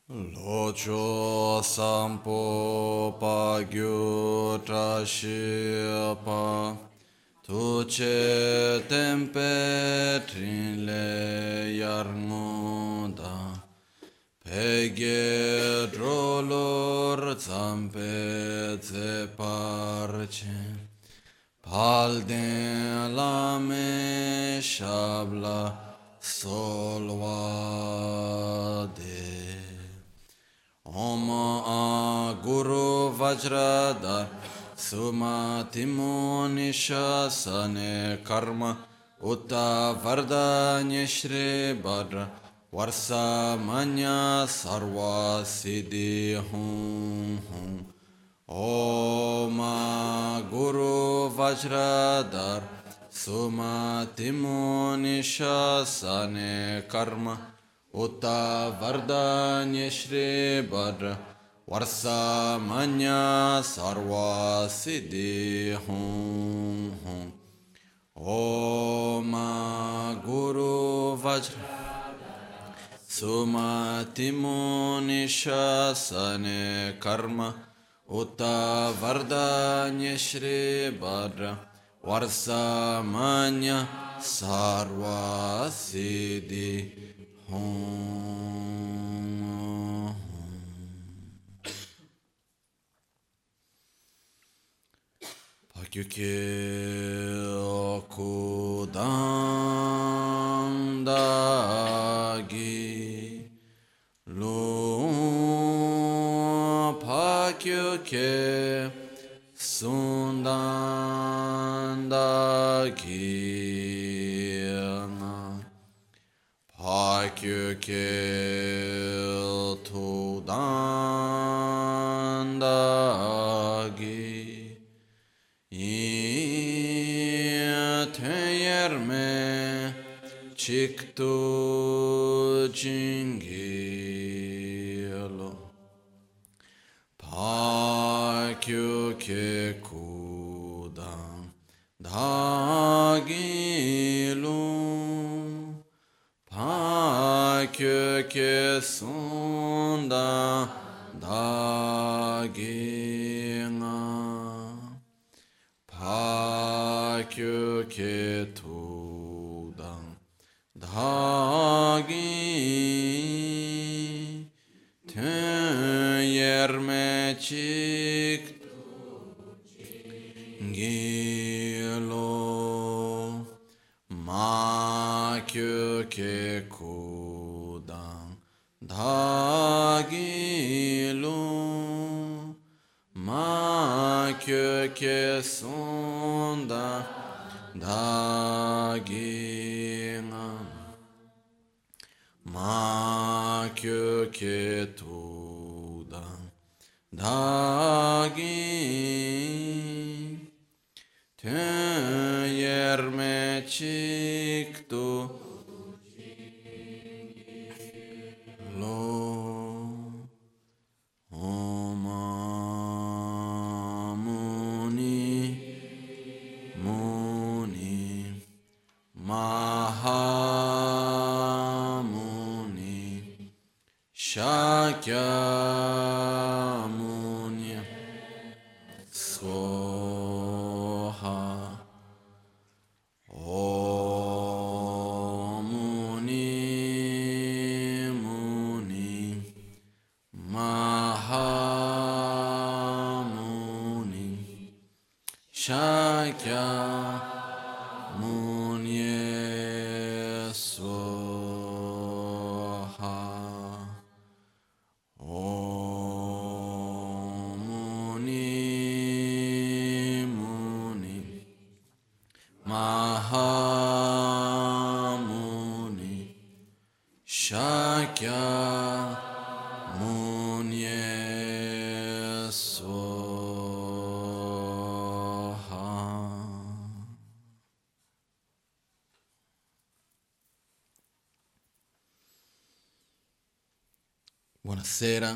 Locho sampo pa gyu trashi pa tuche tempe trinle yarngoda pege drolor zampe ze parche palden lame shabla solvade Om Guru Vajradhar Sumatimo Nishasane Karma Utta Vardanya Shri Bhadra Varsa Manya Sarva Siddhi Hum Hum Om Guru Vajradhar Sumatimo Nishasane Karma Utta Vardanya Shri Bhadra Varsa Manya Sarva Siddhi Hum Hum Om Guru Vajra Sumatimo Nishasane Karma Utta Vardanya Shri Bhadra Varsa Manya Sarva Siddhi Hum. Pakyuke okudandagi lu pakyuke sundandagi Pakyuke tudandagi Teyerme Chiktu Jingilo Pakyuke Kudan Dagilu Pakyuke Sunda Dagina Pakyuke Tudan Dagi Teyerme Chik Gilo Makyuke Kudan Dagilu Makyuke Sunda Dagina Makyuke Tudan Dagi Teyerme Chiktu Lo Om Muni Muni Mahamuni Shakyamuni Swaha Om Muni Muni Mahamuni Shakyamuni Swaha Om Muni Muni Mahamuni Shakyamuni Swaha. Buonasera.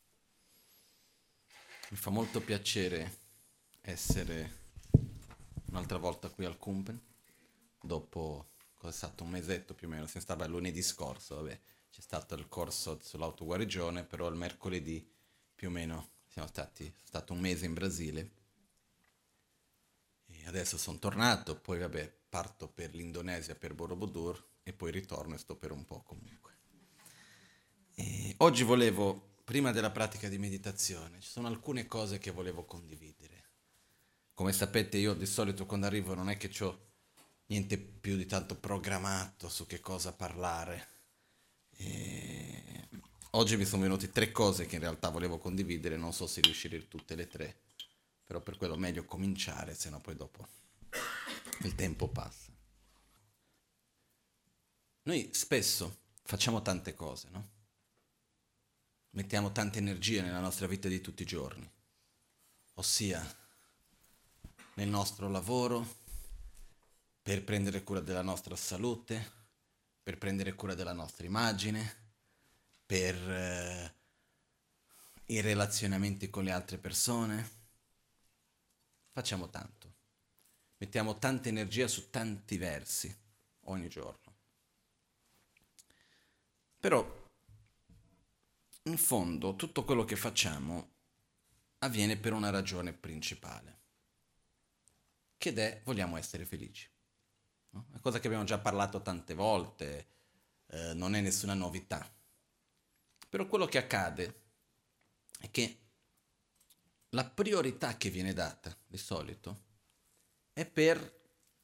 Mi fa molto piacere essere un'altra volta qui al Kumpen, dopo, cosa è stato, un mesetto più o meno, siamo stati lunedì scorso, vabbè, c'è stato il corso sull'autoguarigione, però il mercoledì più o meno è stato un mese in Brasile e adesso sono tornato, poi vabbè, parto per l'Indonesia, per Borobudur e poi ritorno e sto per un po' comunque. E oggi volevo, prima della pratica di meditazione, ci sono alcune cose che volevo condividere. Come sapete io di solito quando arrivo non è che ho niente più di tanto programmato su che cosa parlare. E oggi mi sono venuti tre cose che in realtà volevo condividere, non so se riuscire tutte le tre, però per quello è meglio cominciare, se no poi dopo il tempo passa. Noi spesso facciamo tante cose, no? Mettiamo tante energie nella nostra vita di tutti i giorni, ossia nel nostro lavoro, per prendere cura della nostra salute, per prendere cura della nostra immagine, per i relazionamenti con le altre persone. Facciamo tanto. Mettiamo tanta energia su tanti versi ogni giorno. Però, in fondo, tutto quello che facciamo avviene per una ragione principale, che è vogliamo essere felici. No? Una cosa che abbiamo già parlato tante volte, non è nessuna novità. Però quello che accade è che la priorità che viene data, di solito, è per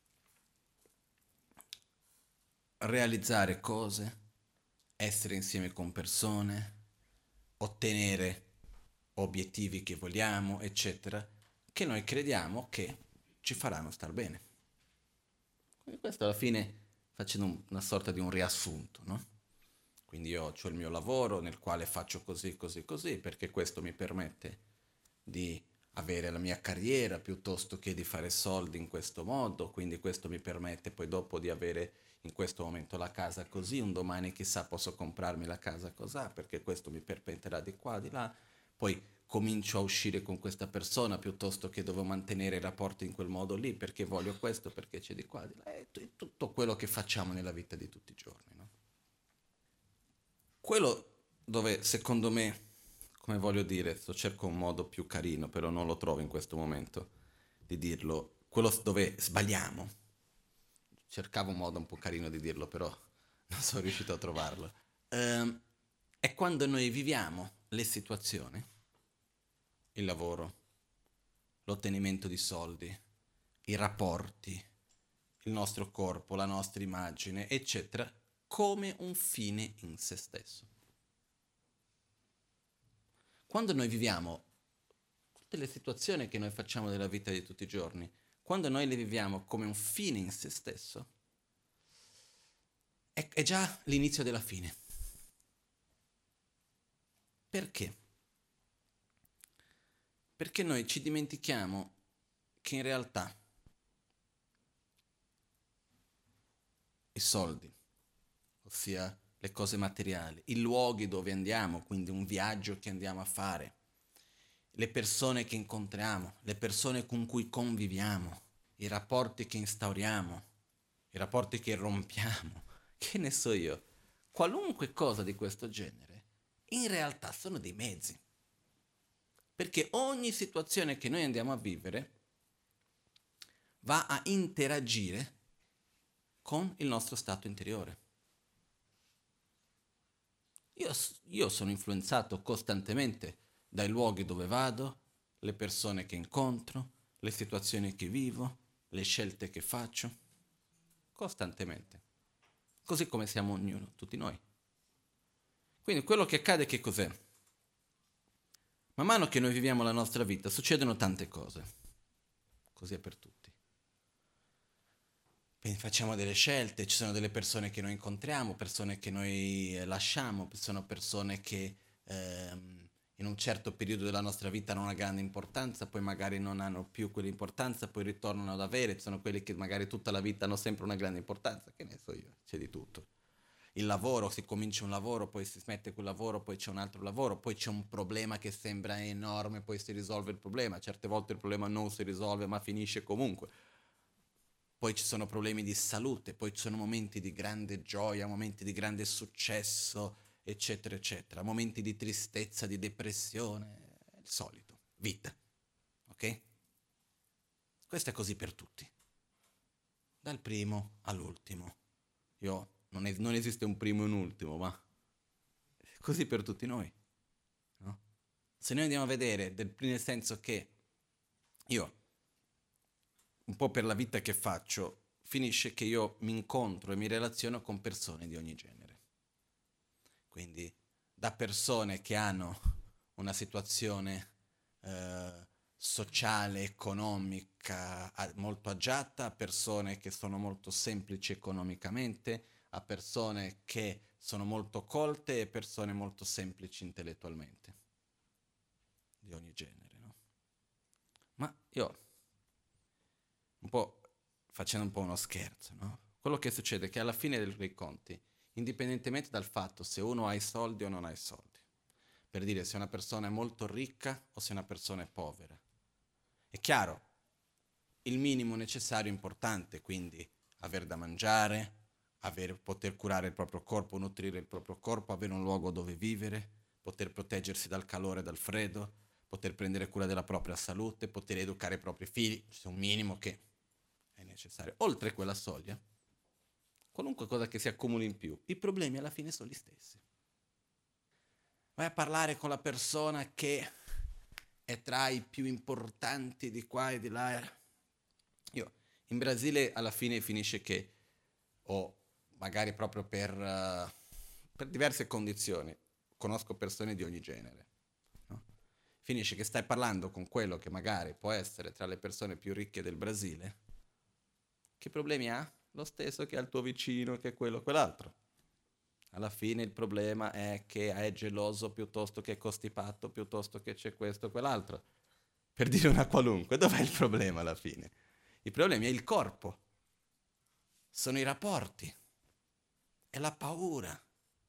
realizzare cose, essere insieme con persone, ottenere obiettivi che vogliamo, eccetera, che noi crediamo che ci faranno star bene. Quindi questo alla fine facendo una sorta di un riassunto, no? Quindi io ho il mio lavoro nel quale faccio così, così, così, perché questo mi permette di avere la mia carriera piuttosto che di fare soldi in questo modo, quindi questo mi permette poi dopo di avere in questo momento la casa così, un domani chissà posso comprarmi la casa così, perché questo mi permetterà di qua, di là, poi comincio a uscire con questa persona piuttosto che devo mantenere i rapporti in quel modo lì, perché voglio questo, perché c'è di qua, di là, è tutto quello che facciamo nella vita di tutti i giorni, no? Quello dove secondo me, come voglio dire, cerco un modo più carino, però non lo trovo in questo momento di dirlo, quello dove sbagliamo, cercavo un modo un po' carino di dirlo, però non sono riuscito a trovarlo, Ehm, è quando noi viviamo le situazioni, il lavoro, l'ottenimento di soldi, i rapporti, il nostro corpo, la nostra immagine, eccetera, come un fine in se stesso. Quando noi viviamo tutte le situazioni che noi facciamo nella vita di tutti i giorni, quando noi le viviamo come un fine in se stesso, è già l'inizio della fine. Perché? Perché noi ci dimentichiamo che in realtà i soldi, ossia le cose materiali, i luoghi dove andiamo, quindi un viaggio che andiamo a fare, le persone che incontriamo, le persone con cui conviviamo, i rapporti che instauriamo, i rapporti che rompiamo, che ne so io, qualunque cosa di questo genere, in realtà sono dei mezzi. Perché ogni situazione che noi andiamo a vivere va a interagire con il nostro stato interiore. Io sono influenzato costantemente dai luoghi dove vado, le persone che incontro, le situazioni che vivo, le scelte che faccio, costantemente. Così come siamo ognuno, tutti noi. Quindi quello che accade che cos'è? Man mano che noi viviamo la nostra vita succedono tante cose. Così è per tutti. Quindi facciamo delle scelte, ci sono delle persone che noi incontriamo, persone che noi lasciamo, sono persone che in un certo periodo della nostra vita hanno una grande importanza, poi magari non hanno più quell'importanza, poi ritornano ad avere, sono quelli che magari tutta la vita hanno sempre una grande importanza, che ne so io, c'è di tutto. Il lavoro, si comincia un lavoro, poi si smette quel lavoro, poi c'è un altro lavoro, poi c'è un problema che sembra enorme, poi si risolve il problema, certe volte il problema non si risolve ma finisce comunque. poi ci sono problemi di salute, poi ci sono momenti di grande gioia, momenti di grande successo, eccetera, eccetera, momenti di tristezza, di depressione, il solito, vita, ok? Questo è così per tutti, dal primo all'ultimo. Non esiste un primo e un ultimo, ma è così per tutti noi, no? Se noi andiamo a vedere, nel senso che io, un po' per la vita che faccio, finisce che io mi incontro e mi relaziono con persone di ogni genere. Quindi da persone che hanno una situazione sociale, economica molto agiata, a persone che sono molto semplici economicamente, a persone che sono molto colte e persone molto semplici intellettualmente, di ogni genere, no? Ma io, un po' facendo un po' uno scherzo, no? Quello che succede è che alla fine dei conti, indipendentemente dal fatto se uno ha i soldi o non ha i soldi, per dire se una persona è molto ricca o se una persona è povera, è chiaro, il minimo necessario è importante, quindi aver da mangiare, poter curare il proprio corpo, nutrire il proprio corpo, avere un luogo dove vivere, poter proteggersi dal calore e dal freddo, poter prendere cura della propria salute, poter educare i propri figli, c'è un minimo che è necessario. Oltre quella soglia, qualunque cosa che si accumuli in più, i problemi alla fine sono gli stessi. Vai a parlare con la persona che è tra i più importanti di qua e di là. Io in Brasile alla fine finisce che o magari proprio per diverse condizioni conosco persone di ogni genere, no? Finisce che stai parlando con quello che magari può essere tra le persone più ricche del Brasile. Che problemi ha? Lo stesso che ha il tuo vicino, che quello, quell'altro. Alla fine il problema è che è geloso piuttosto che costipato, piuttosto che c'è questo, quell'altro. Per dire una qualunque, dov'è il problema alla fine? Il problema è il corpo, sono i rapporti, è la paura.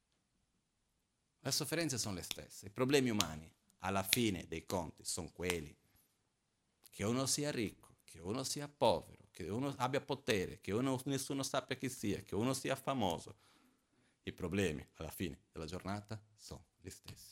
Le sofferenze sono le stesse, i problemi umani alla fine dei conti sono quelli. Che uno sia ricco, che uno sia povero, che uno abbia potere, che nessuno sappia chi sia, che uno sia famoso. I problemi alla fine della giornata sono gli stessi.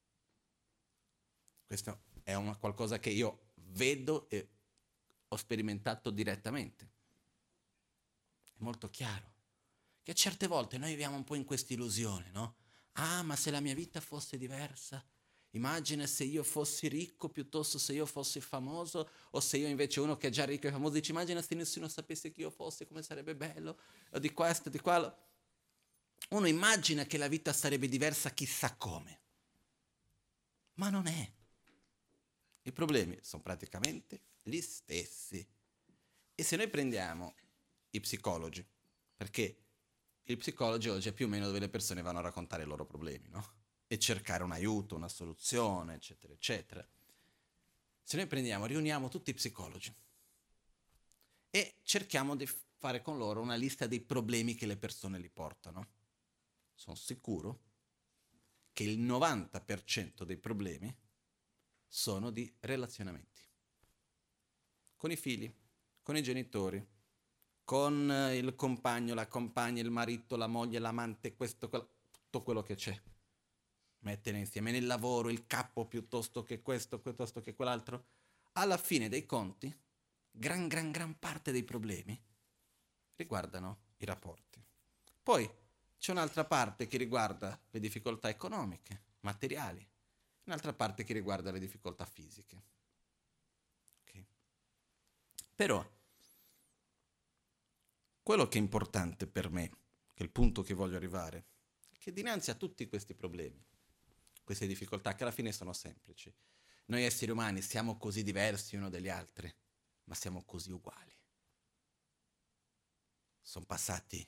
Questo è qualcosa che io vedo e ho sperimentato direttamente. È molto chiaro. Che certe volte noi viviamo un po' in questa illusione, no? Ah, ma se la mia vita fosse diversa? Immagina se io fossi ricco piuttosto se io fossi famoso, o se io invece uno che è già ricco e famoso dice immagina se nessuno sapesse chi io fossi, come sarebbe bello, o di questo, di quello. Uno immagina che la vita sarebbe diversa chissà come, ma non è. I problemi sono praticamente gli stessi. E se noi prendiamo i psicologi, perché il psicologi oggi è più o meno dove le persone vanno a raccontare i loro problemi, no? E cercare un aiuto, una soluzione, eccetera, eccetera. Se noi prendiamo, riuniamo tutti i psicologi e cerchiamo di fare con loro una lista dei problemi che le persone li portano, sono sicuro che il 90% dei problemi sono di relazionamenti. Con i figli, con i genitori, con il compagno, la compagna, il marito, la moglie, l'amante, questo, tutto quello che c'è. Mettere insieme nel lavoro il capo piuttosto che questo, piuttosto che quell'altro. Alla fine dei conti, gran parte dei problemi riguardano i rapporti. Poi c'è un'altra parte che riguarda le difficoltà economiche, materiali, un'altra parte che riguarda le difficoltà fisiche. Okay. Però quello che è importante per me, che è il punto che voglio arrivare, è che dinanzi a tutti questi problemi, queste difficoltà che alla fine sono semplici, noi esseri umani siamo così diversi uno dagli altri, ma siamo così uguali. Sono passati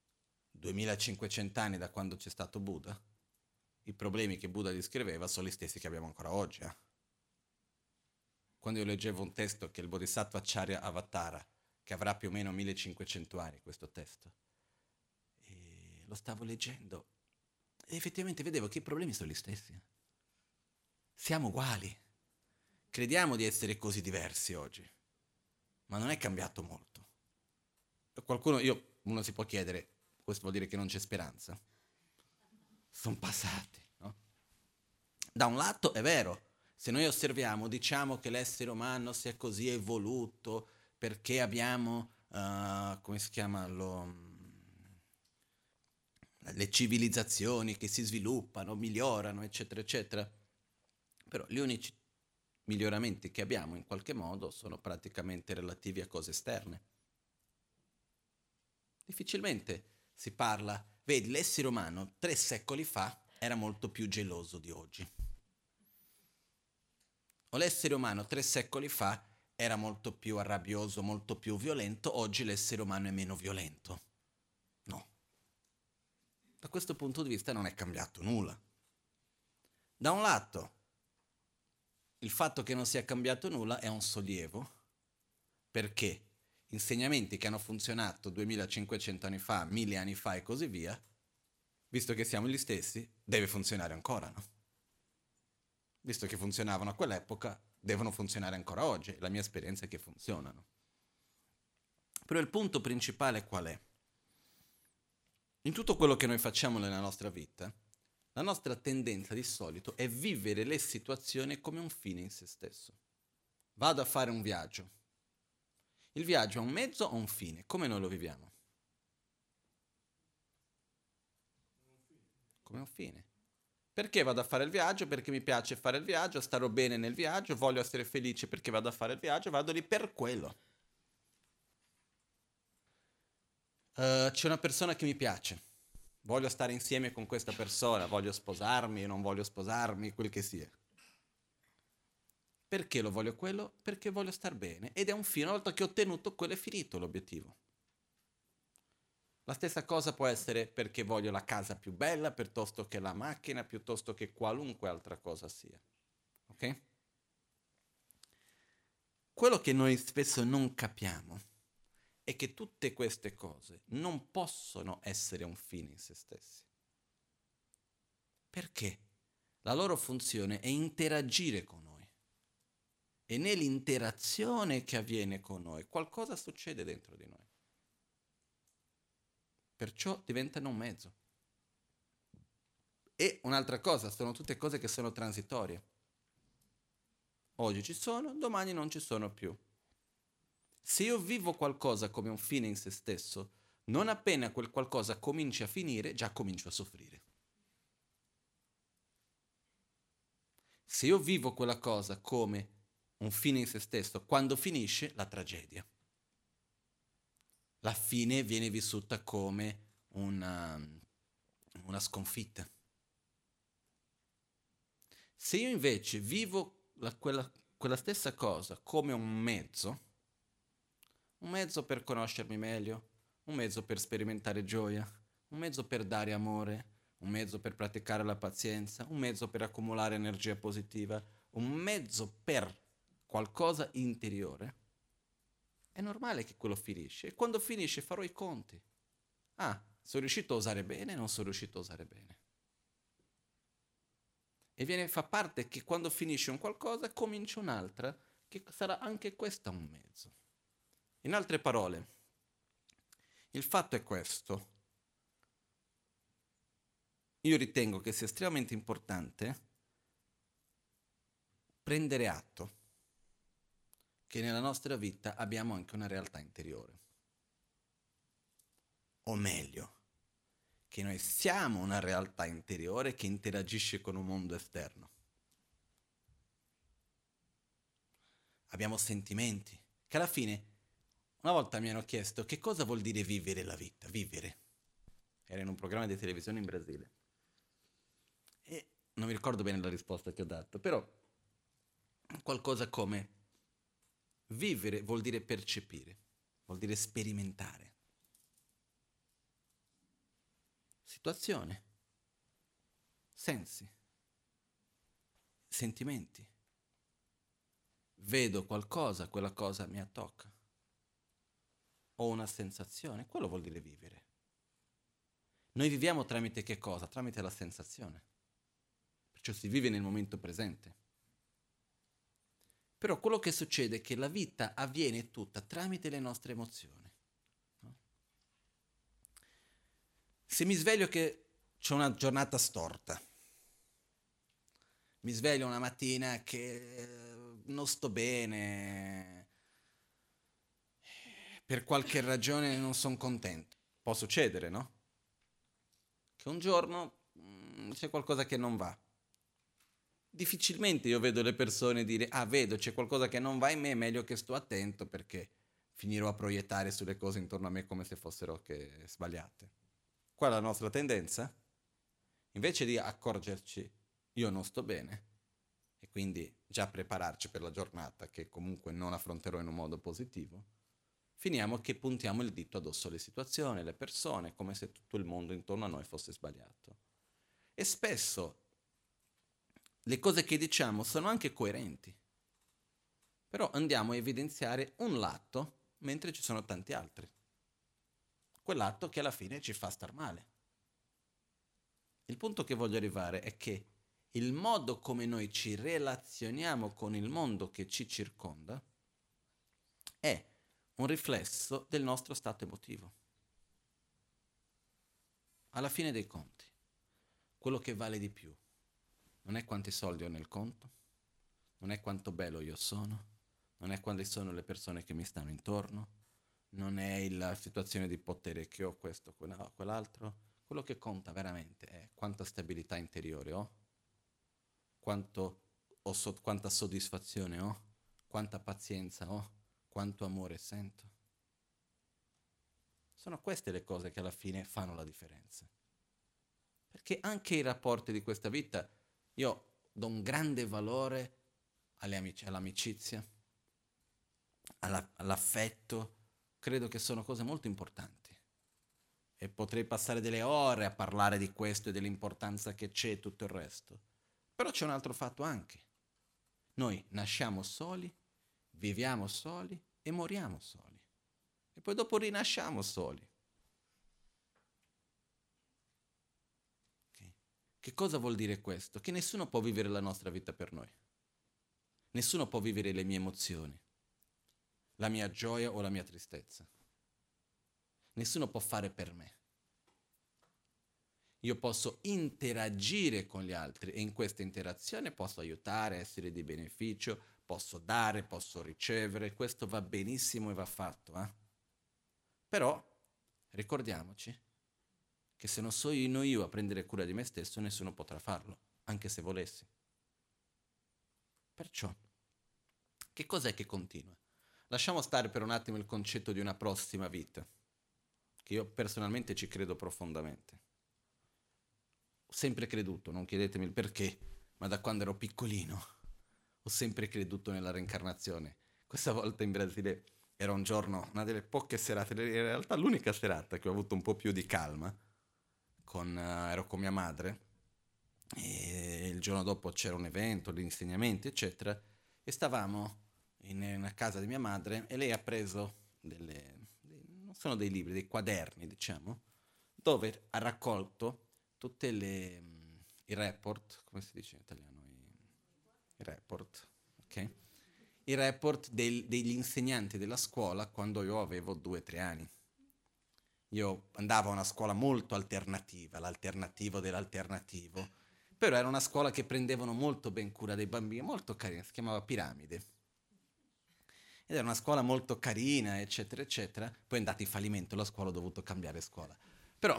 2500 anni da quando c'è stato Buddha. I problemi che Buddha descriveva sono gli stessi che abbiamo ancora oggi. Quando io leggevo un testo che è il Bodhisattva Acharya Avatara, che avrà più o meno 1500 anni questo testo, e lo stavo leggendo e effettivamente vedevo che i problemi sono gli stessi. Siamo uguali. Crediamo di essere così diversi oggi, ma non è cambiato molto. Uno si può chiedere, questo vuol dire che non c'è speranza? Sono passati, no? Da un lato è vero, se noi osserviamo, diciamo che l'essere umano si è così evoluto perché abbiamo, come si chiama, le civilizzazioni che si sviluppano, migliorano, eccetera, eccetera. Però gli unici miglioramenti che abbiamo in qualche modo sono praticamente relativi a cose esterne. Difficilmente si parla, vedi, l'essere umano 3 secoli fa era molto più geloso di oggi. O l'essere umano 3 secoli fa era molto più arrabbioso, molto più violento, oggi l'essere umano è meno violento. No. Da questo punto di vista non è cambiato nulla. Da un lato, il fatto che non sia cambiato nulla è un sollievo, perché insegnamenti che hanno funzionato 2500 anni fa, 1000 anni fa e così via, visto che siamo gli stessi, deve funzionare ancora, no? Visto che funzionavano a quell'epoca, devono funzionare ancora oggi. La mia esperienza è che funzionano. Però il punto principale qual è? In tutto quello che noi facciamo nella nostra vita, la nostra tendenza di solito è vivere le situazioni come un fine in se stesso. Vado a fare un viaggio. Il viaggio è un mezzo o un fine? Come noi lo viviamo? Come un fine. Perché vado a fare il viaggio? Perché mi piace fare il viaggio, starò bene nel viaggio, voglio essere felice perché vado a fare il viaggio, vado lì per quello. C'è una persona che mi piace, voglio stare insieme con questa persona, voglio sposarmi, non voglio sposarmi, quel che sia. Perché lo voglio quello? Perché voglio star bene. Ed è un fine, una volta che ho ottenuto quello è finito l'obiettivo. La stessa cosa può essere perché voglio la casa più bella, piuttosto che la macchina, piuttosto che qualunque altra cosa sia. Ok? Quello che noi spesso non capiamo è che tutte queste cose non possono essere un fine in se stessi. Perché? La loro funzione è interagire con noi. E nell'interazione che avviene con noi, qualcosa succede dentro di noi. Perciò diventano un mezzo. E un'altra cosa, sono tutte cose che sono transitorie. Oggi ci sono, domani non ci sono più. Se io vivo qualcosa come un fine in se stesso, non appena quel qualcosa comincia a finire, già comincio a soffrire. Se io vivo quella cosa come un fine in se stesso, quando finisce, la tragedia. La fine viene vissuta come una sconfitta. Se io invece vivo quella stessa cosa come un mezzo per conoscermi meglio, un mezzo per sperimentare gioia, un mezzo per dare amore, un mezzo per praticare la pazienza, un mezzo per accumulare energia positiva, un mezzo per qualcosa interiore, è normale che quello finisce. E quando finisce farò i conti. Ah, sono riuscito a usare bene, non sono riuscito a usare bene. Fa parte che quando finisce un qualcosa comincia un'altra, che sarà anche questa un mezzo. In altre parole, il fatto è questo. Io ritengo che sia estremamente importante prendere atto che nella nostra vita abbiamo anche una realtà interiore. O meglio, che noi siamo una realtà interiore che interagisce con un mondo esterno. Abbiamo sentimenti, che alla fine, una volta mi hanno chiesto che cosa vuol dire vivere la vita, vivere. Era in un programma di televisione in Brasile. E non mi ricordo bene la risposta che ho dato, però qualcosa come vivere vuol dire percepire, vuol dire sperimentare. Situazione, sensi, sentimenti. Vedo qualcosa, quella cosa mi attocca. Ho una sensazione, quello vuol dire vivere. Noi viviamo tramite che cosa? Tramite la sensazione. Perciò si vive nel momento presente. Però quello che succede è che la vita avviene tutta tramite le nostre emozioni. No? Se mi sveglio che c'è una giornata storta, mi sveglio una mattina che non sto bene, per qualche ragione non sono contento. Può succedere, no? Che un giorno c'è qualcosa che non va. Difficilmente io vedo le persone dire, ah, vedo, c'è qualcosa che non va in me, è meglio che sto attento perché finirò a proiettare sulle cose intorno a me come se fossero che sbagliate. Qual è la nostra tendenza? Invece di accorgerci, io non sto bene, e quindi già prepararci per la giornata che comunque non affronterò in un modo positivo, finiamo che puntiamo il dito addosso alle situazioni, alle persone, come se tutto il mondo intorno a noi fosse sbagliato. E spesso le cose che diciamo sono anche coerenti, però andiamo a evidenziare un lato mentre ci sono tanti altri. Quell'atto che alla fine ci fa star male. Il punto che voglio arrivare è che il modo come noi ci relazioniamo con il mondo che ci circonda è un riflesso del nostro stato emotivo. Alla fine dei conti, quello che vale di più non è quanti soldi ho nel conto, non è quanto bello io sono, non è quante sono le persone che mi stanno intorno, non è la situazione di potere che ho, questo o quell'altro. Quello che conta veramente è quanta stabilità interiore ho, quanta soddisfazione ho, quanta pazienza ho, quanto amore sento. Sono queste le cose che alla fine fanno la differenza. Perché anche i rapporti di questa vita, io do un grande valore all'amicizia, all'affetto, credo che sono cose molto importanti. E potrei passare delle ore a parlare di questo e dell'importanza che c'è e tutto il resto. Però c'è un altro fatto anche. Noi nasciamo soli, viviamo soli e moriamo soli. E poi dopo rinasciamo soli. Okay? Che cosa vuol dire questo? Che nessuno può vivere la nostra vita per noi. Nessuno può vivere le mie emozioni, la mia gioia o la mia tristezza. Nessuno può fare per me. Io posso interagire con gli altri e in questa interazione posso aiutare, essere di beneficio, posso dare, posso ricevere, questo va benissimo e va fatto. Però ricordiamoci che se non sono io a prendere cura di me stesso, nessuno potrà farlo, anche se volessi. Perciò, che cos'è che continua? Lasciamo stare per un attimo il concetto di una prossima vita, che io personalmente ci credo profondamente. Ho sempre creduto, non chiedetemi il perché, ma da quando ero piccolino ho sempre creduto nella reincarnazione. Questa volta in Brasile era un giorno, una delle poche serate, in realtà l'unica serata che ho avuto un po' più di calma, ero con mia madre e il giorno dopo c'era un evento, gli insegnamenti, eccetera, e stavamo in una casa di mia madre e lei ha preso non sono dei libri, dei quaderni, diciamo, dove ha raccolto tutte i report, come si dice in italiano? I report, ok? I report degli insegnanti della scuola quando io avevo 2 o 3 anni. Io andavo a una scuola molto alternativa, l'alternativo dell'alternativo, però era una scuola che prendevano molto ben cura dei bambini, molto carina, si chiamava Piramide. Ed era una scuola molto carina, eccetera, eccetera. Poi è andata in fallimento la scuola, ho dovuto cambiare scuola. Però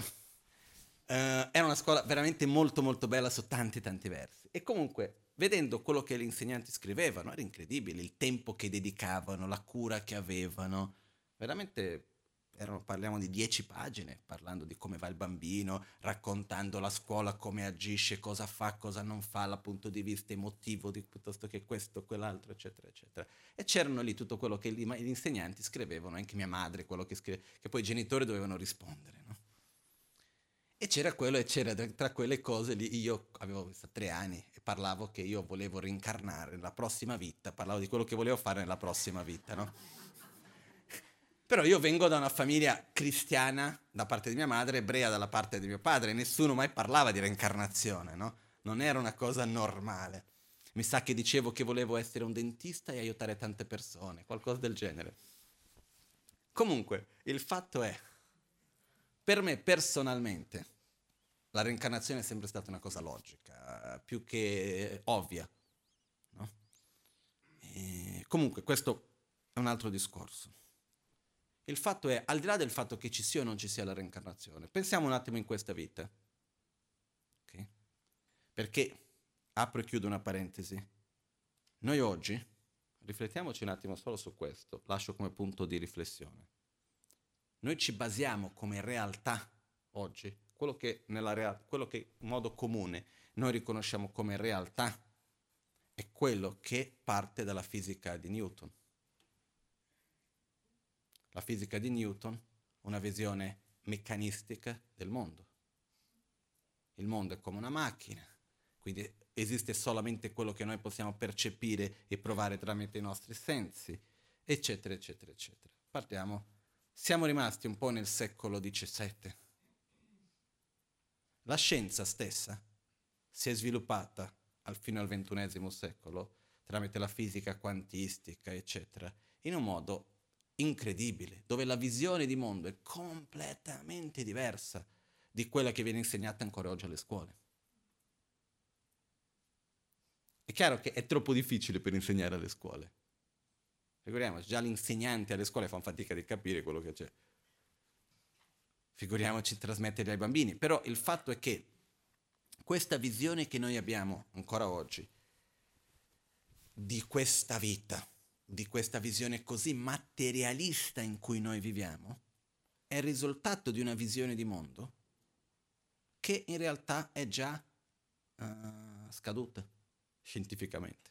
era una scuola veramente molto molto bella su tanti tanti versi. E comunque, vedendo quello che gli insegnanti scrivevano, era incredibile il tempo che dedicavano, la cura che avevano. Veramente parliamo di 10 pagine, parlando di come va il bambino, raccontando la scuola, come agisce, cosa fa, cosa non fa, dal punto di vista emotivo, piuttosto che questo, quell'altro, eccetera, eccetera. E c'erano lì tutto quello che gli insegnanti scrivevano, anche mia madre, quello che poi i genitori dovevano rispondere, no? E c'era quello, e c'era tra quelle cose lì, io avevo 3 anni e parlavo che io volevo reincarnare nella prossima vita, parlavo di quello che volevo fare nella prossima vita, no? Però io vengo da una famiglia cristiana da parte di mia madre, ebrea dalla parte di mio padre, nessuno mai parlava di reincarnazione, no? Non era una cosa normale. Mi sa che dicevo che volevo essere un dentista e aiutare tante persone, qualcosa del genere. Comunque, il fatto è, Per me personalmente la reincarnazione è sempre stata una cosa logica, più che ovvia, no? E comunque questo è un altro discorso. Il fatto è, al di là del fatto che ci sia o non ci sia la reincarnazione, pensiamo un attimo in questa vita, ok? Perché, apro e chiudo una parentesi, noi oggi, riflettiamoci un attimo solo su questo, lascio come punto di riflessione. Noi ci basiamo come realtà oggi, quello che in modo comune noi riconosciamo come realtà, è quello che parte dalla fisica di Newton. La fisica di Newton, una visione meccanistica del mondo. Il mondo è come una macchina, quindi esiste solamente quello che noi possiamo percepire e provare tramite i nostri sensi, eccetera, eccetera, eccetera. Partiamo. Siamo rimasti un po' nel secolo XVII. La scienza stessa si è sviluppata fino al XXI secolo tramite la fisica quantistica, eccetera, in un modo incredibile, dove la visione di mondo è completamente diversa di quella che viene insegnata ancora oggi alle scuole. È chiaro che è troppo difficile per insegnare alle scuole. Figuriamoci, già gli insegnanti alle scuole fanno fatica di capire quello che c'è. Figuriamoci trasmetterli ai bambini. Però il fatto è che questa visione che noi abbiamo ancora oggi di questa vita, di questa visione così materialista in cui noi viviamo, è il risultato di una visione di mondo che in realtà è già scaduta scientificamente.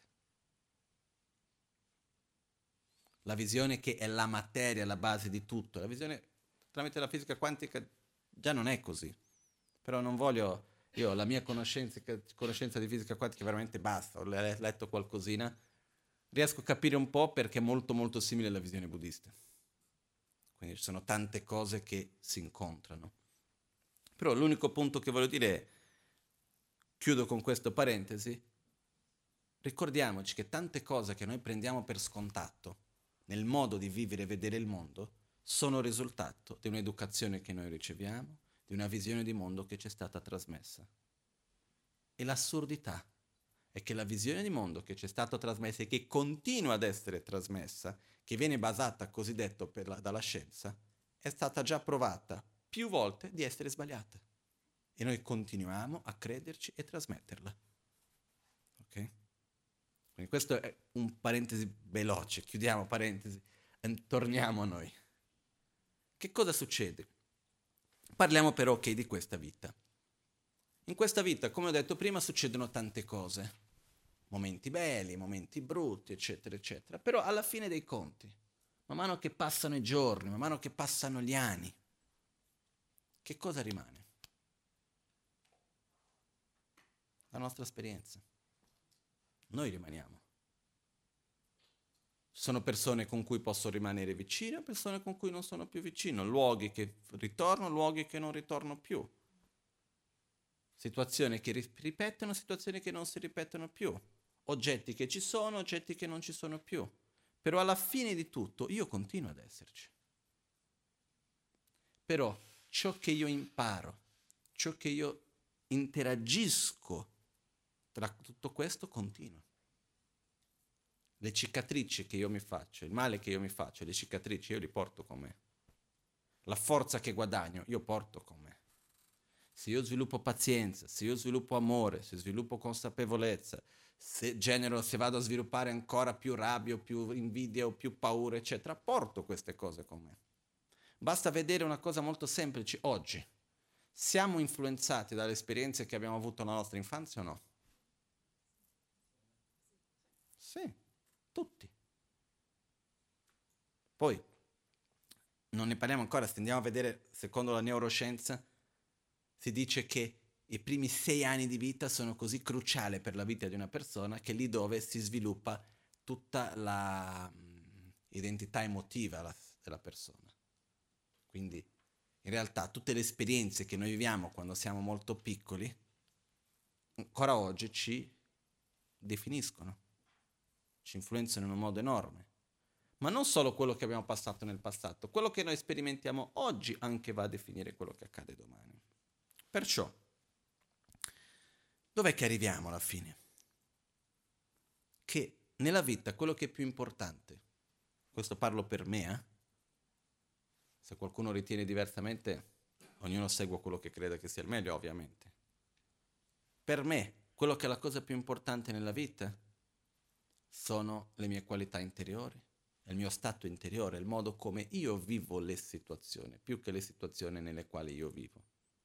La visione che è la materia, la base di tutto, la visione tramite la fisica quantica già non è così. Però non voglio, io la mia conoscenza di fisica quantica veramente basta, ho letto qualcosina, riesco a capire un po' perché è molto molto simile alla visione buddista. Quindi ci sono tante cose che si incontrano. Però l'unico punto che voglio dire è, chiudo con questa parentesi, ricordiamoci che tante cose che noi prendiamo per scontato nel modo di vivere e vedere il mondo sono risultato di un'educazione che noi riceviamo, di una visione di mondo che ci è stata trasmessa. E l'assurdità è che la visione di mondo che ci è stata trasmessa e che continua ad essere trasmessa, che viene basata cosiddetto dalla scienza, è stata già provata più volte di essere sbagliata. E noi continuiamo a crederci e trasmetterla. Ok? Quindi questo è un parentesi veloce, chiudiamo parentesi e torniamo a noi. Che cosa succede? Parliamo però, ok, di questa vita. In questa vita, come ho detto prima, succedono tante cose. Momenti belli, momenti brutti, eccetera, eccetera. Però alla fine dei conti, man mano che passano i giorni, man mano che passano gli anni, che cosa rimane? La nostra esperienza. Noi rimaniamo. Sono persone con cui posso rimanere vicino, persone con cui non sono più vicino, luoghi che ritorno, luoghi che non ritorno più. Situazioni che ripetono, situazioni che non si ripetono più. Oggetti che ci sono, oggetti che non ci sono più. Però alla fine di tutto io continuo ad esserci. Però ciò che io imparo, ciò che io interagisco tra tutto questo continua. Le cicatrici che io mi faccio, il male che io mi faccio, le cicatrici io li porto con me. La forza che guadagno io porto con me. Se io sviluppo pazienza, se io sviluppo amore, se sviluppo consapevolezza, se vado a sviluppare ancora più rabbia, o più invidia o più paura, eccetera, porto queste cose con me. Basta vedere una cosa molto semplice oggi. Siamo influenzati dalle esperienze che abbiamo avuto nella nostra infanzia o no? Sì, tutti. Poi, non ne parliamo ancora, se andiamo a vedere, secondo la neuroscienza, si dice che i primi 6 anni di vita sono così cruciali per la vita di una persona che è lì dove si sviluppa tutta la identità emotiva della persona. Quindi, in realtà, tutte le esperienze che noi viviamo quando siamo molto piccoli, ancora oggi ci definiscono, ci influenzano in un modo enorme. Ma non solo quello che abbiamo passato nel passato, quello che noi sperimentiamo oggi anche va a definire quello che accade domani. Perciò, dov'è che arriviamo alla fine? Che nella vita quello che è più importante, questo parlo per me, se qualcuno ritiene diversamente, ognuno segue quello che crede che sia il meglio, ovviamente. Per me, quello che è la cosa più importante nella vita sono le mie qualità interiori, il mio stato interiore, il modo come io vivo le situazioni, più che le situazioni nelle quali io vivo.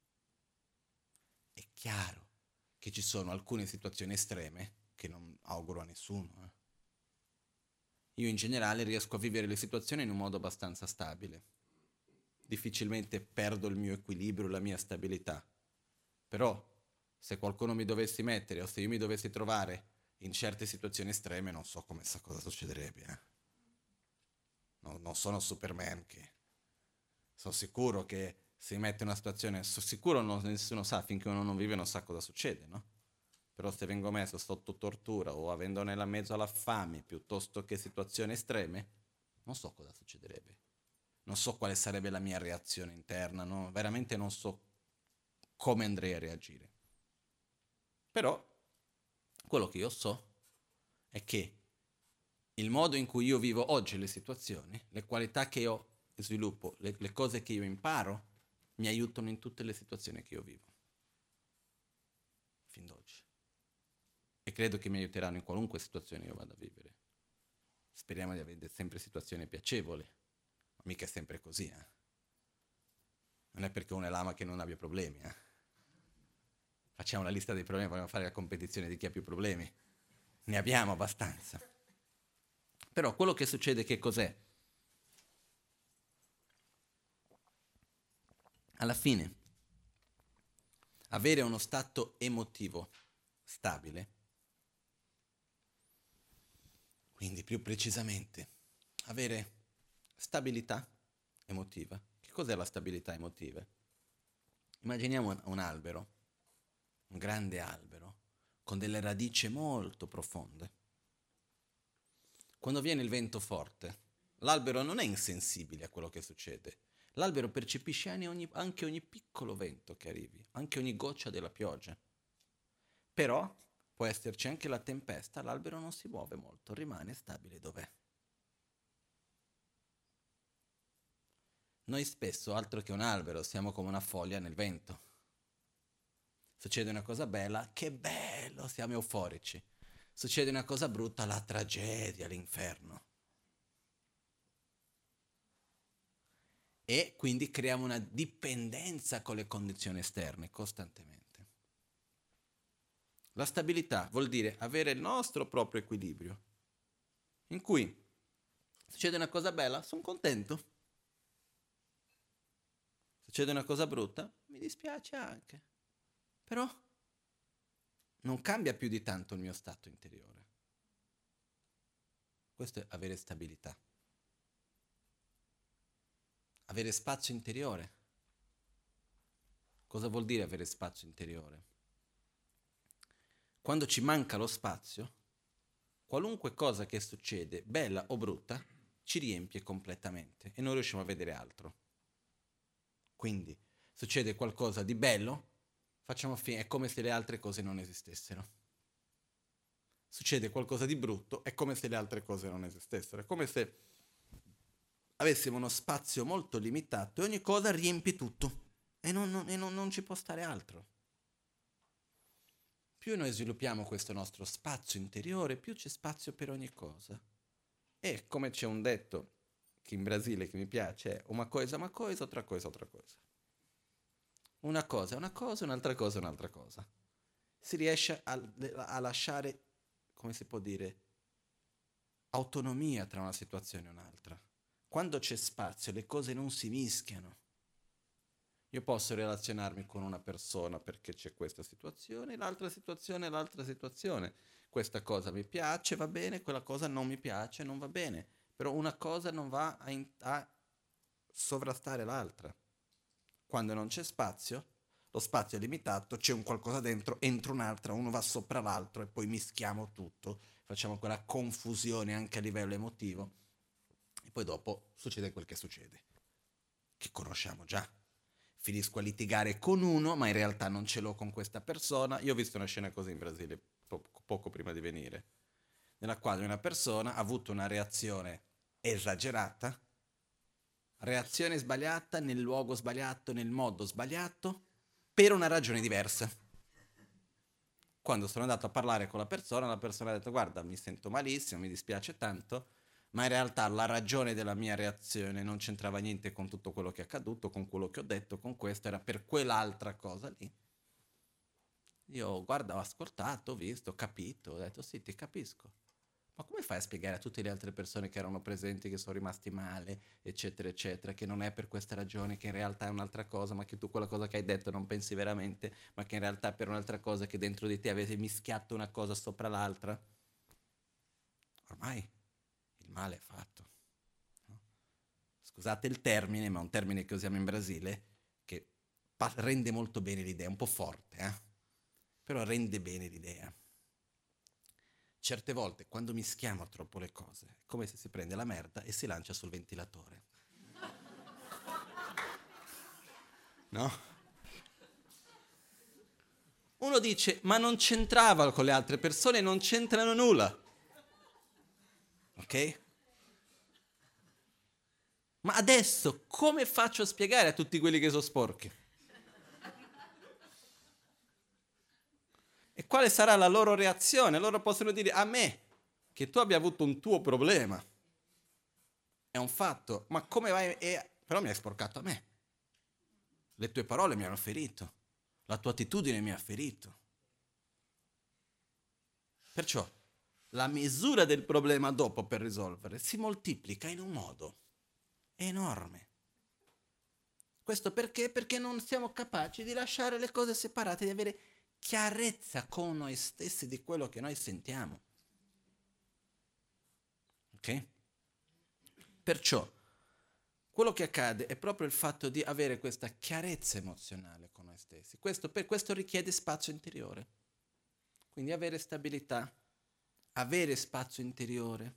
È chiaro che ci sono alcune situazioni estreme che non auguro a nessuno. Io in generale riesco a vivere le situazioni in un modo abbastanza stabile. Difficilmente perdo il mio equilibrio, la mia stabilità. Però se qualcuno mi dovessi mettere o se io mi dovessi trovare in certe situazioni estreme, non so come sa cosa succederebbe. Non sono Superman che sono sicuro che si mette in una situazione, sono sicuro nessuno sa, finché uno non vive non sa cosa succede, no? Però se vengo messo sotto tortura o avendo nella mezzo alla fame piuttosto che situazioni estreme, non so cosa succederebbe. Non so quale sarebbe la mia reazione interna, no? Veramente non so come andrei a reagire. Però quello che io so è che il modo in cui io vivo oggi le situazioni, le qualità che io sviluppo, le cose che io imparo, mi aiutano in tutte le situazioni che io vivo. Fin d'oggi. E credo che mi aiuteranno in qualunque situazione io vada a vivere. Speriamo di avere sempre situazioni piacevoli. Ma mica è sempre così, Non è perché uno è lama che non abbia problemi, Facciamo la lista dei problemi, vogliamo fare la competizione di chi ha più problemi. Ne abbiamo abbastanza. Però quello che succede che cos'è? Alla fine, avere uno stato emotivo stabile, quindi più precisamente, avere stabilità emotiva. Che cos'è la stabilità emotiva? Immaginiamo un albero, un grande albero, con delle radici molto profonde. Quando viene il vento forte, l'albero non è insensibile a quello che succede. L'albero percepisce anche ogni piccolo vento che arrivi, anche ogni goccia della pioggia. Però può esserci anche la tempesta, l'albero non si muove molto, rimane stabile dov'è. Noi spesso, altro che un albero, siamo come una foglia nel vento. Succede una cosa bella, che bello, siamo euforici. Succede una cosa brutta, la tragedia, l'inferno. E quindi creiamo una dipendenza con le condizioni esterne costantemente. La stabilità vuol dire avere il nostro proprio equilibrio, in cui succede una cosa bella, sono contento. Succede una cosa brutta, mi dispiace anche. Però non cambia più di tanto il mio stato interiore. Questo è avere stabilità. Avere spazio interiore. Cosa vuol dire avere spazio interiore? Quando ci manca lo spazio, qualunque cosa che succede, bella o brutta, ci riempie completamente e non riusciamo a vedere altro. Quindi, succede qualcosa di bello, facciamo fine, è come se le altre cose non esistessero. Succede qualcosa di brutto, è come se le altre cose non esistessero. È come se avessimo uno spazio molto limitato e ogni cosa riempie tutto e non ci può stare altro. Più noi sviluppiamo questo nostro spazio interiore, più c'è spazio per ogni cosa. E come c'è un detto che in Brasile che mi piace, è una cosa, outra cosa, outra cosa. Una cosa è una cosa, un'altra cosa è un'altra cosa. Si riesce a lasciare, come si può dire, autonomia tra una situazione e un'altra. Quando c'è spazio le cose non si mischiano. Io posso relazionarmi con una persona perché c'è questa situazione, l'altra situazione, l'altra situazione. Questa cosa mi piace, va bene, quella cosa non mi piace, non va bene. Però una cosa non va a sovrastare l'altra. Quando non c'è spazio, lo spazio è limitato, c'è un qualcosa dentro, entra un'altra, uno va sopra l'altro e poi mischiamo tutto, facciamo quella confusione anche a livello emotivo poi dopo succede quel che succede, che conosciamo già. Finisco a litigare con uno, ma in realtà non ce l'ho con questa persona. Io ho visto una scena così in Brasile poco prima di venire, nella quale una persona ha avuto una reazione esagerata, reazione sbagliata nel luogo sbagliato, nel modo sbagliato, per una ragione diversa. Quando sono andato a parlare con la persona ha detto guarda, mi sento malissimo, mi dispiace tanto, ma in realtà la ragione della mia reazione non c'entrava niente con tutto quello che è accaduto, con quello che ho detto, con questo, era per quell'altra cosa lì. Io, guarda, ho ascoltato, ho visto, ho capito, ho detto sì, ti capisco. Ma come fai a spiegare a tutte le altre persone che erano presenti, che sono rimasti male, eccetera, eccetera, che non è per questa ragione, che in realtà è un'altra cosa, ma che tu quella cosa che hai detto non pensi veramente, ma che in realtà è per un'altra cosa, che dentro di te avete mischiato una cosa sopra l'altra? Ormai il male è fatto. No? Scusate il termine, ma è un termine che usiamo in Brasile, che rende molto bene l'idea, è un po' forte, però rende bene l'idea. Certe volte, quando mischiamo troppo le cose, è come se si prende la merda e si lancia sul ventilatore. No? Uno dice, ma non c'entrava con le altre persone, non c'entrano nulla. Ok? Ma adesso come faccio a spiegare a tutti quelli che sono sporchi? E quale sarà la loro reazione? Loro possono dire a me che tu abbia avuto un tuo problema. È un fatto, ma come vai? Però mi hai sporcato a me. Le tue parole mi hanno ferito. La tua attitudine mi ha ferito. Perciò la misura del problema dopo per risolvere si moltiplica in un modo enorme. Questo perché? Perché non siamo capaci di lasciare le cose separate, di avere chiarezza con noi stessi di quello che noi sentiamo. Ok? Perciò quello che accade è proprio il fatto di avere questa chiarezza emozionale con noi stessi. Questo richiede spazio interiore. Quindi avere stabilità, avere spazio interiore,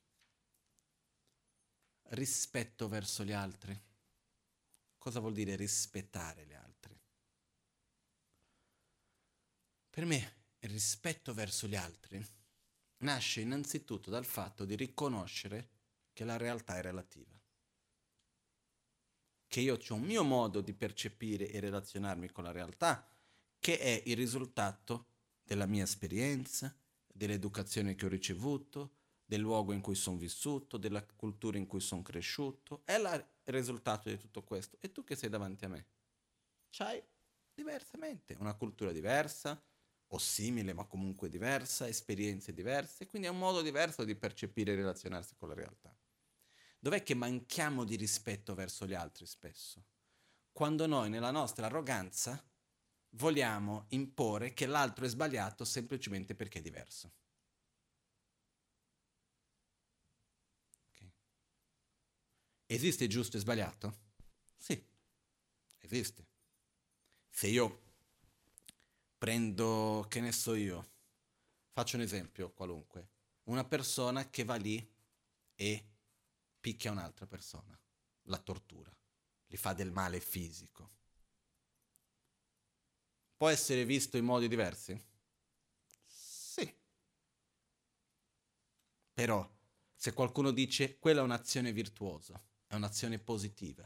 rispetto verso gli altri. Cosa vuol dire rispettare gli altri? Per me il rispetto verso gli altri nasce innanzitutto dal fatto di riconoscere che la realtà è relativa. Che io ho un mio modo di percepire e relazionarmi con la realtà, che è il risultato della mia esperienza, dell'educazione che ho ricevuto, del luogo in cui sono vissuto, della cultura in cui sono cresciuto, è il risultato di tutto questo. E tu che sei davanti a me? C'hai diversamente, una cultura diversa, o simile ma comunque diversa, esperienze diverse, quindi è un modo diverso di percepire e relazionarsi con la realtà. Dov'è che manchiamo di rispetto verso gli altri spesso? Quando noi nella nostra arroganza vogliamo imporre che l'altro è sbagliato semplicemente perché è diverso. Okay. Esiste giusto e sbagliato? Sì, esiste. Se io prendo, che ne so io, faccio un esempio qualunque, una persona che va lì e picchia un'altra persona, la tortura, gli fa del male fisico. Può essere visto in modi diversi? Sì. Però, se qualcuno dice quella è un'azione virtuosa, è un'azione positiva,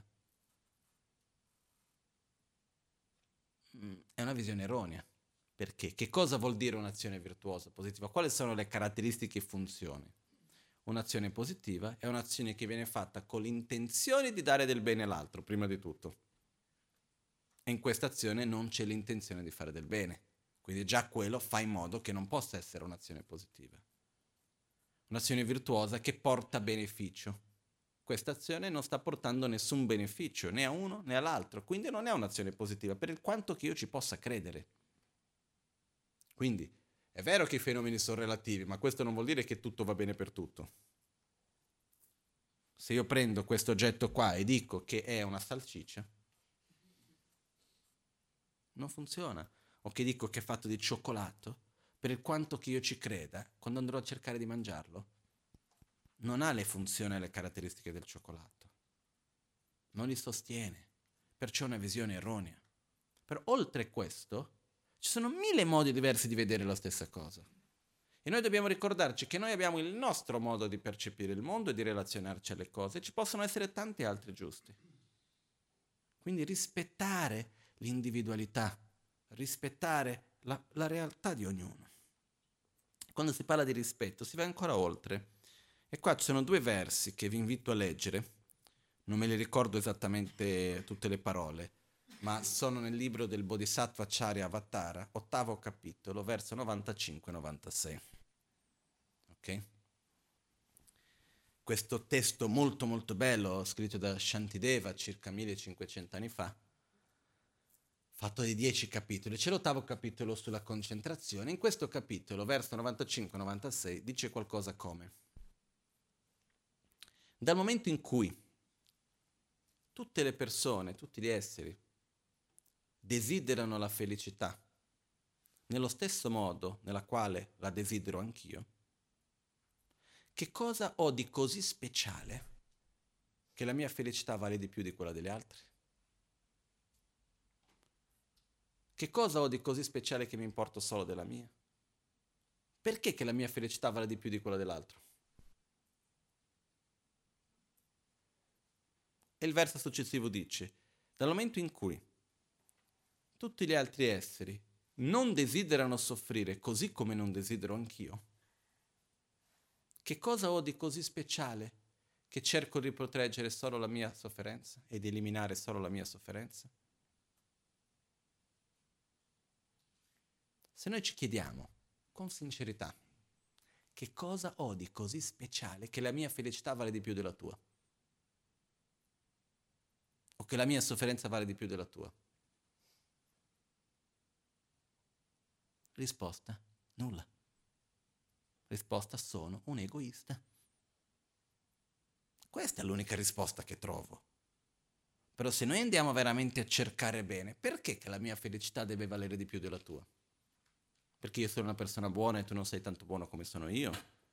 è una visione erronea. Perché? Che cosa vuol dire un'azione virtuosa, positiva? Quali sono le caratteristiche e funzioni? Un'azione positiva è un'azione che viene fatta con l'intenzione di dare del bene all'altro, prima di tutto. E in questa azione non c'è l'intenzione di fare del bene. Quindi già quello fa in modo che non possa essere un'azione positiva. Un'azione virtuosa che porta beneficio. Questa azione non sta portando nessun beneficio né a uno né all'altro, quindi non è un'azione positiva, per quanto che io ci possa credere. Quindi è vero che i fenomeni sono relativi, ma questo non vuol dire che tutto va bene per tutto. Se io prendo questo oggetto qua e dico che è una salsiccia, non funziona. O che dico che è fatto di cioccolato, per quanto che io ci creda, quando andrò a cercare di mangiarlo, non ha le funzioni e le caratteristiche del cioccolato, non li sostiene, perciò è una visione erronea. Però oltre questo, ci sono mille modi diversi di vedere la stessa cosa. E noi dobbiamo ricordarci che noi abbiamo il nostro modo di percepire il mondo e di relazionarci alle cose, e ci possono essere tanti altri giusti. Quindi rispettare l'individualità, rispettare la realtà di ognuno. Quando si parla di rispetto si va ancora oltre. E qua ci sono due versi che vi invito a leggere. Non me li ricordo esattamente tutte le parole, ma sono nel libro del Bodhisattva Acharya Avatara, 8° capitolo, verso 95-96. Ok? Questo testo molto molto bello, scritto da Shantideva circa 1500 anni fa, fatto di 10 capitoli. C'è l'8° capitolo sulla concentrazione. In questo capitolo, verso 95-96, dice qualcosa come: dal momento in cui tutte le persone, tutti gli esseri, desiderano la felicità nello stesso modo nella quale la desidero anch'io, che cosa ho di così speciale che la mia felicità vale di più di quella degli altri? Che cosa ho di così speciale che mi importo solo della mia? Perché che la mia felicità vale di più di quella dell'altro? E il verso successivo dice: dal momento in cui tutti gli altri esseri non desiderano soffrire così come non desidero anch'io, che cosa ho di così speciale che cerco di proteggere solo la mia sofferenza e di eliminare solo la mia sofferenza? Se noi ci chiediamo con sincerità che cosa ho di così speciale che la mia felicità vale di più della tua, o che la mia sofferenza vale di più della tua? Risposta: nulla. Risposta: sono un egoista. Questa è l'unica risposta che trovo. Però se noi andiamo veramente a cercare bene, perché che la mia felicità deve valere di più della tua? Perché io sono una persona buona e tu non sei tanto buono come sono io?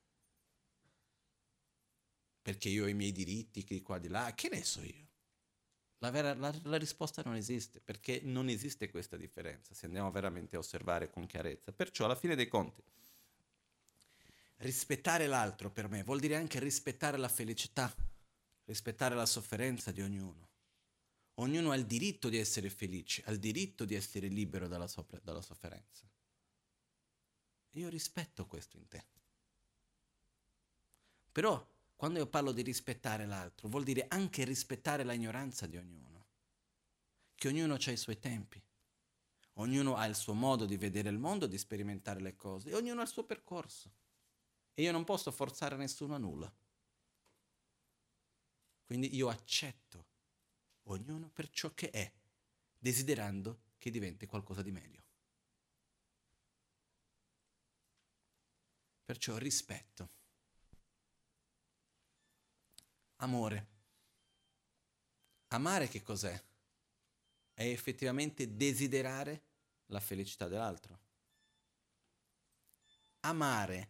Perché io ho i miei diritti, che di qua di là, che ne so io? La risposta non esiste, perché non esiste questa differenza, se andiamo veramente a osservare con chiarezza. Perciò, alla fine dei conti, rispettare l'altro per me vuol dire anche rispettare la felicità, rispettare la sofferenza di ognuno. Ognuno ha il diritto di essere felice, ha il diritto di essere libero dalla sofferenza. Io rispetto questo in te. Però, quando io parlo di rispettare l'altro, vuol dire anche rispettare la ignoranza di ognuno. Che ognuno ha i suoi tempi. Ognuno ha il suo modo di vedere il mondo, di sperimentare le cose, e ognuno ha il suo percorso. E io non posso forzare nessuno a nulla. Quindi io accetto ognuno per ciò che è, desiderando che diventi qualcosa di meglio. Perciò rispetto. Amore. Amare che cos'è? È effettivamente desiderare la felicità dell'altro. Amare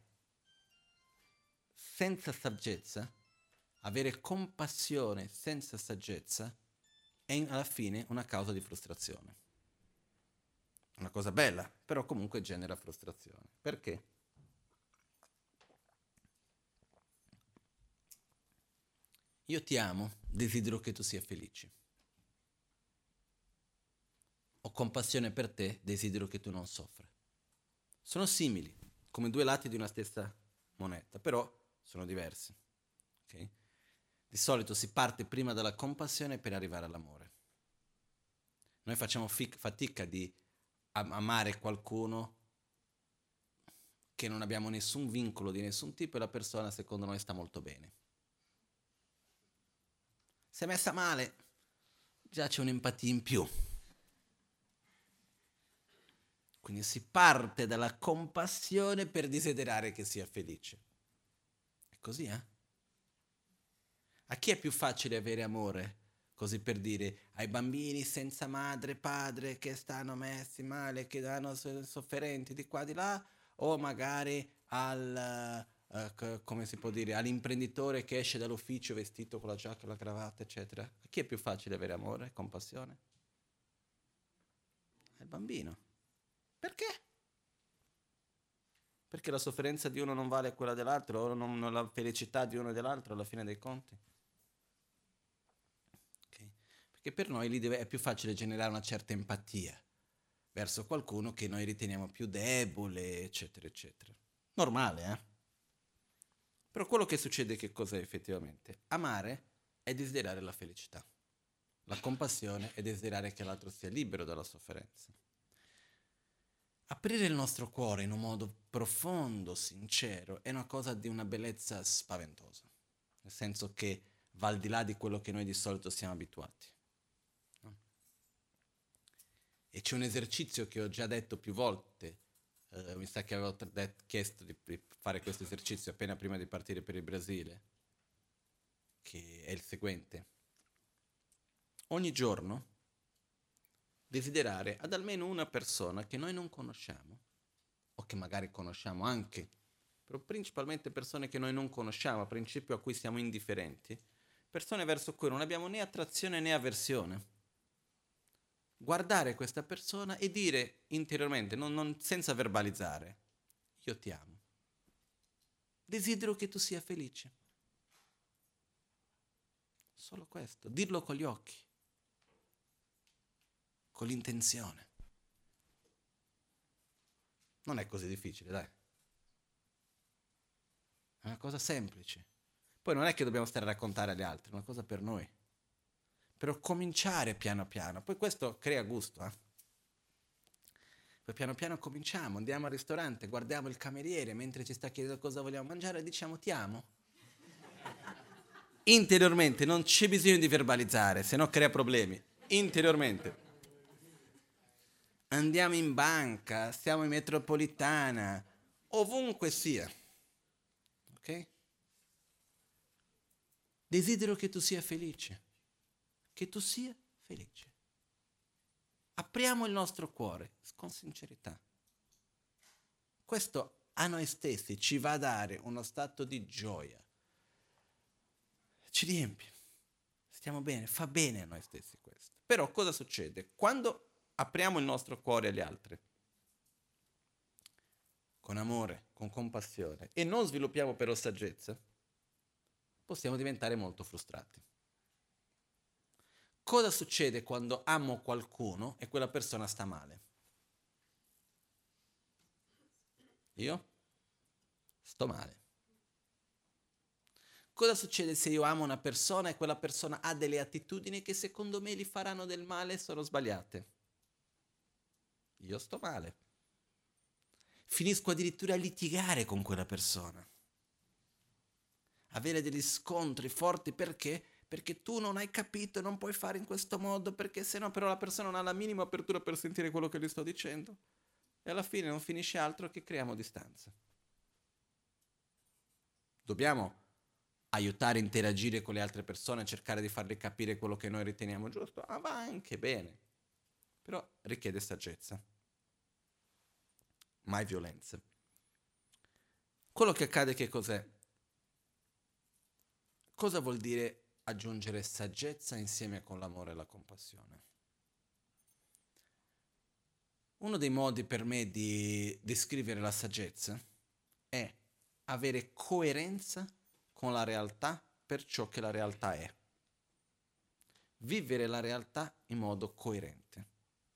senza saggezza, avere compassione senza saggezza, è alla fine una causa di frustrazione. Una cosa bella, però comunque genera frustrazione. Perché? Io ti amo, desidero che tu sia felice. Ho compassione per te, desidero che tu non soffra. Sono simili, come due lati di una stessa moneta, però sono diversi. Okay? Di solito si parte prima dalla compassione per arrivare all'amore. Noi facciamo fatica di amare qualcuno che non abbiamo nessun vincolo di nessun tipo e la persona secondo noi sta molto bene. Se è messa male, già c'è un'empatia in più. Quindi si parte dalla compassione per desiderare che sia felice. È così, eh? A chi è più facile avere amore? Così per dire, ai bambini senza madre e padre che stanno messi male, che danno sofferenti di qua di là, o magari come si può dire, all'imprenditore che esce dall'ufficio vestito con la giacca e la cravatta, eccetera. A chi è più facile avere amore, compassione? Al bambino. Perché? Perché la sofferenza di uno non vale quella dell'altro, o la felicità di uno e dell'altro alla fine dei conti. Okay? Perché per noi lì è più facile generare una certa empatia verso qualcuno che noi riteniamo più debole, eccetera, eccetera. Normale, eh? Però quello che succede che cos'è effettivamente? Amare è desiderare la felicità. La compassione è desiderare che l'altro sia libero dalla sofferenza. Aprire il nostro cuore in un modo profondo, sincero, è una cosa di una bellezza spaventosa, nel senso che va al di là di quello che noi di solito siamo abituati. No? E c'è un esercizio che ho già detto più volte, mi sa che avevo chiesto di fare questo esercizio appena prima di partire per il Brasile, che è il seguente. Ogni giorno desiderare ad almeno una persona che noi non conosciamo, o che magari conosciamo anche, però principalmente persone che noi non conosciamo, a principio a cui siamo indifferenti, persone verso cui non abbiamo né attrazione né avversione. Guardare questa persona e dire interiormente, senza verbalizzare, io ti amo. Desidero che tu sia felice. Solo questo, dirlo con gli occhi, con l'intenzione. Non è così difficile, dai. È una cosa semplice. Poi non è che dobbiamo stare a raccontare agli altri, è una cosa per noi. Però cominciare piano piano. Poi questo crea gusto, eh? Poi piano piano cominciamo, andiamo al ristorante, guardiamo il cameriere mentre ci sta chiedendo cosa vogliamo mangiare e diciamo ti amo. Interiormente, non c'è bisogno di verbalizzare, se no crea problemi. Interiormente. Andiamo in banca, stiamo in metropolitana, ovunque sia. Ok? Desidero che tu sia felice. Che tu sia felice. Apriamo il nostro cuore con sincerità. Questo a noi stessi ci va a dare uno stato di gioia. Ci riempie. Stiamo bene, fa bene a noi stessi questo. Però cosa succede? Quando apriamo il nostro cuore agli altri, con amore, con compassione, e non sviluppiamo però saggezza, possiamo diventare molto frustrati. Cosa succede quando amo qualcuno e quella persona sta male? Io sto male. Cosa succede se io amo una persona e quella persona ha delle attitudini che secondo me gli faranno del male e sono sbagliate? Io sto male. Finisco addirittura a litigare con quella persona. Avere degli scontri forti perché? Perché tu non hai capito e non puoi fare in questo modo, perché sennò però la persona non ha la minima apertura per sentire quello che gli sto dicendo. E alla fine non finisce altro che creiamo distanza. Dobbiamo aiutare a interagire con le altre persone, cercare di farle capire quello che noi riteniamo giusto. Ah, va anche bene. Però richiede saggezza. Mai violenza. Quello che accade che cos'è? Cosa vuol dire aggiungere saggezza insieme con l'amore e la compassione? Uno dei modi per me di descrivere la saggezza è avere coerenza con la realtà per ciò che la realtà è. Vivere la realtà in modo coerente.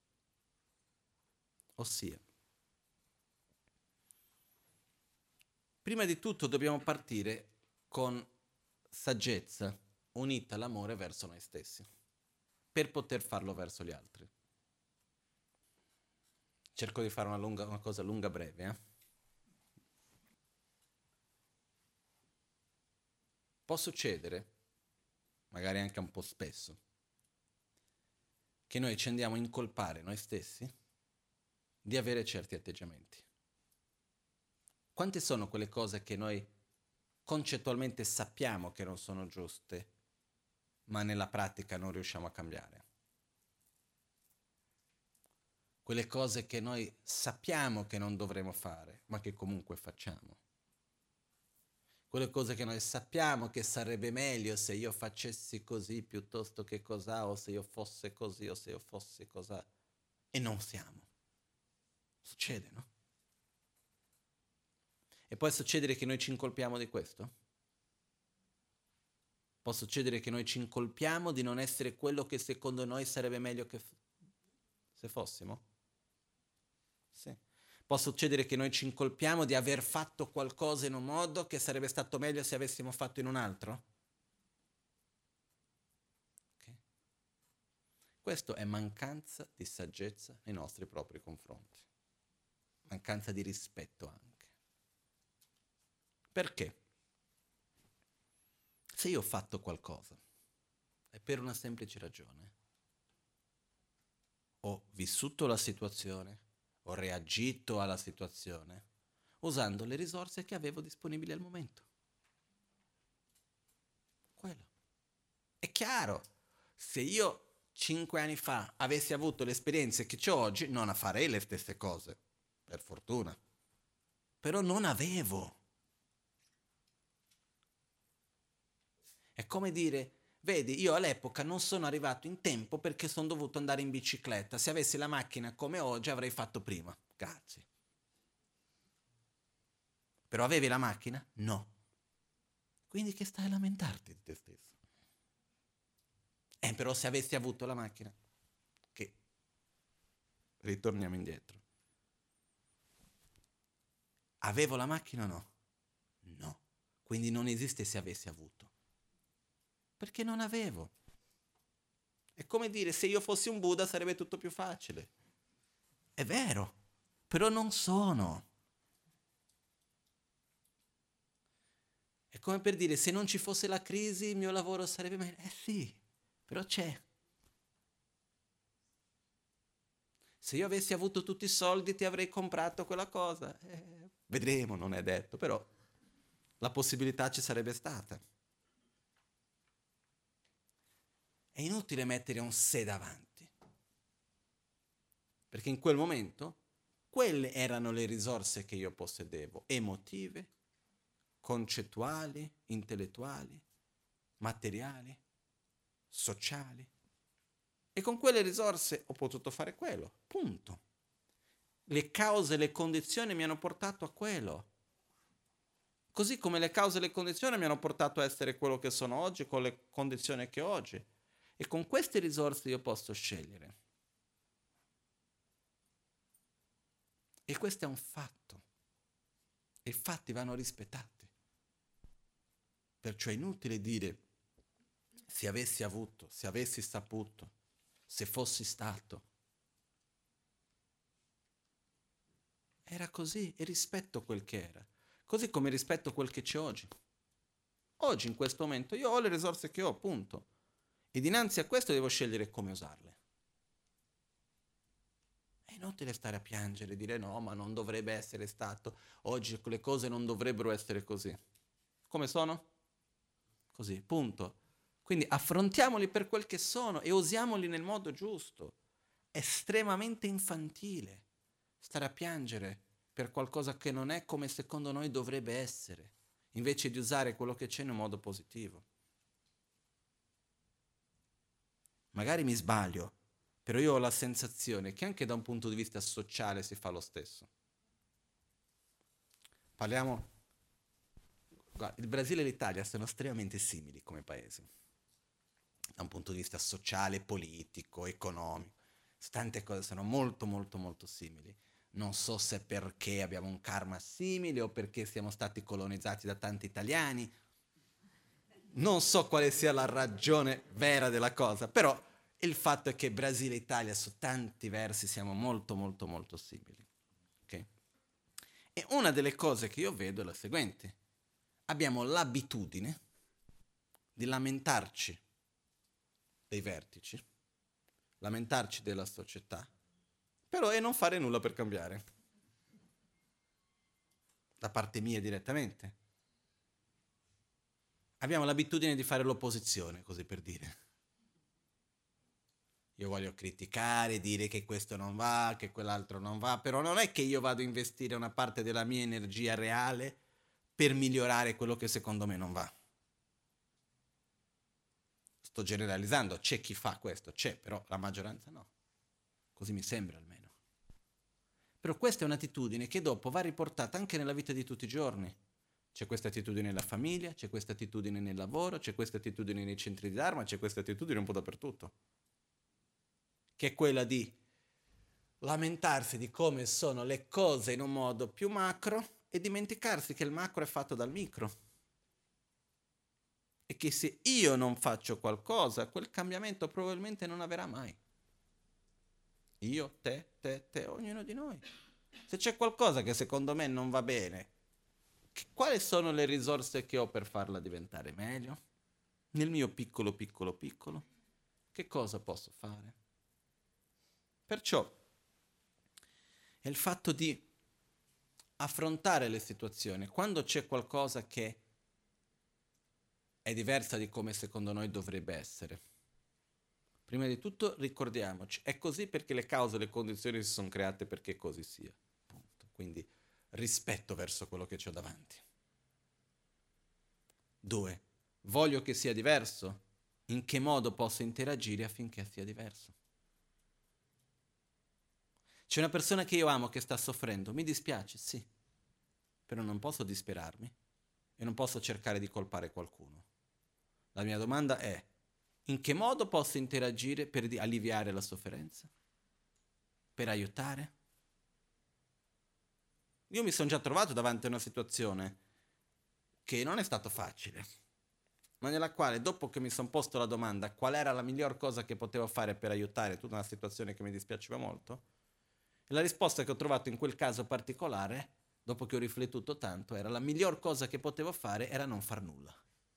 Ossia, prima di tutto dobbiamo partire con saggezza unita all'amore verso noi stessi, per poter farlo verso gli altri. Cerco di fare una cosa lunga breve, eh? Può succedere, magari anche un po' spesso, che noi ci andiamo a incolpare noi stessi di avere certi atteggiamenti. Quante sono quelle cose che noi concettualmente sappiamo che non sono giuste, ma nella pratica non riusciamo a cambiare? Quelle cose che noi sappiamo che non dovremo fare, ma che comunque facciamo. quelle cose che noi sappiamo che sarebbe meglio se io facessi così piuttosto che cos'ha, o se io fosse così o se io fossi cos'ha, e non siamo. Succede, no? E può succedere che noi ci incolpiamo di questo? Può succedere che noi ci incolpiamo di non essere quello che secondo noi sarebbe meglio che se fossimo? Sì. Può succedere che noi ci incolpiamo di aver fatto qualcosa in un modo che sarebbe stato meglio se avessimo fatto in un altro? Okay. Questo è mancanza di saggezza nei nostri propri confronti, mancanza di rispetto anche. Perché? Se io ho fatto qualcosa, è per una semplice ragione. Ho vissuto la situazione, ho reagito alla situazione, usando le risorse che avevo disponibili al momento. Quello. È chiaro, se io 5 anni fa avessi avuto le esperienze che ho oggi, non farei le stesse cose, per fortuna. Però non avevo. È come dire, vedi, io all'epoca non sono arrivato in tempo perché sono dovuto andare in bicicletta. Se avessi la macchina come oggi avrei fatto prima. Grazie. Però avevi la macchina? No. Quindi che stai a lamentarti di te stesso? Però se avessi avuto la macchina, che ritorniamo indietro. Avevo la macchina o no? No. Quindi non esiste se avessi avuto. Perché non avevo. È come dire, se io fossi un Buddha sarebbe tutto più facile. È vero, però non sono. È come per dire, se non ci fosse la crisi il mio lavoro sarebbe meglio. Sì, però c'è. Se io avessi avuto tutti i soldi ti avrei comprato quella cosa. Vedremo, non è detto, però la possibilità ci sarebbe stata. È inutile mettere un se davanti, perché in quel momento quelle erano le risorse che io possedevo, emotive, concettuali, intellettuali, materiali, sociali. E con quelle risorse ho potuto fare quello, punto. Le cause e le condizioni mi hanno portato a quello. Così come le cause e le condizioni mi hanno portato a essere quello che sono oggi, con le condizioni che ho oggi. E con queste risorse io posso scegliere. E questo è un fatto. E i fatti vanno rispettati. Perciò è inutile dire se avessi avuto, se avessi saputo, se fossi stato. Era così e rispetto quel che era. Così come rispetto quel che c'è oggi. Oggi, in questo momento, io ho le risorse che ho, punto. E dinanzi a questo devo scegliere come usarle. È inutile stare a piangere e dire no, ma non dovrebbe essere stato. Oggi le cose non dovrebbero essere così. Come sono? Così, punto. Quindi affrontiamoli per quel che sono e usiamoli nel modo giusto. È estremamente infantile stare a piangere per qualcosa che non è come secondo noi dovrebbe essere, invece di usare quello che c'è in un modo positivo. Magari mi sbaglio, però io ho la sensazione che anche da un punto di vista sociale si fa lo stesso. Parliamo. Guarda, il Brasile e l'Italia sono estremamente simili come paesi, da un punto di vista sociale, politico, economico. Tante cose sono molto molto molto simili. Non so se perché abbiamo un karma simile o perché siamo stati colonizzati da tanti italiani. Non so quale sia la ragione vera della cosa, però il fatto è che Brasile e Italia su tanti versi siamo molto molto molto simili. Okay? E una delle cose che io vedo è la seguente. Abbiamo l'abitudine di lamentarci dei vertici, lamentarci della società, però e non fare nulla per cambiare. Da parte mia direttamente. Abbiamo l'abitudine di fare l'opposizione, così per dire. Io voglio criticare, dire che questo non va, che quell'altro non va, però non è che io vado a investire una parte della mia energia reale per migliorare quello che secondo me non va. Sto generalizzando, c'è chi fa questo, c'è, però la maggioranza no. Così mi sembra almeno. Però questa è un'attitudine che dopo va riportata anche nella vita di tutti i giorni. C'è questa attitudine nella famiglia, c'è questa attitudine nel lavoro, c'è questa attitudine nei centri di arma, c'è questa attitudine un po' dappertutto. Che è quella di lamentarsi di come sono le cose in un modo più macro e dimenticarsi che il macro è fatto dal micro. E che se io non faccio qualcosa, quel cambiamento probabilmente non avverrà mai. Io, te, ognuno di noi. Se c'è qualcosa che secondo me non va bene, quali sono le risorse che ho per farla diventare meglio? Nel mio piccolo, che cosa posso fare? Perciò è il fatto di affrontare le situazioni. Quando c'è qualcosa che è diversa di come secondo noi dovrebbe essere. Prima di tutto ricordiamoci, è così perché le cause e le condizioni si sono create perché così sia. Punto. Quindi rispetto verso quello che c'ho davanti. 2. Voglio che sia diverso? In che modo posso interagire affinché sia diverso? C'è una persona che io amo che sta soffrendo, mi dispiace, sì, però non posso disperarmi e non posso cercare di colpare qualcuno. La mia domanda è, in che modo posso interagire per alleviare la sofferenza? Per aiutare? Io mi sono già trovato davanti a una situazione che non è stato facile, ma nella quale dopo che mi sono posto la domanda qual era la miglior cosa che potevo fare per aiutare tutta una situazione che mi dispiaceva molto, la risposta che ho trovato in quel caso particolare, dopo che ho riflettuto tanto, era la miglior cosa che potevo fare era non far nulla.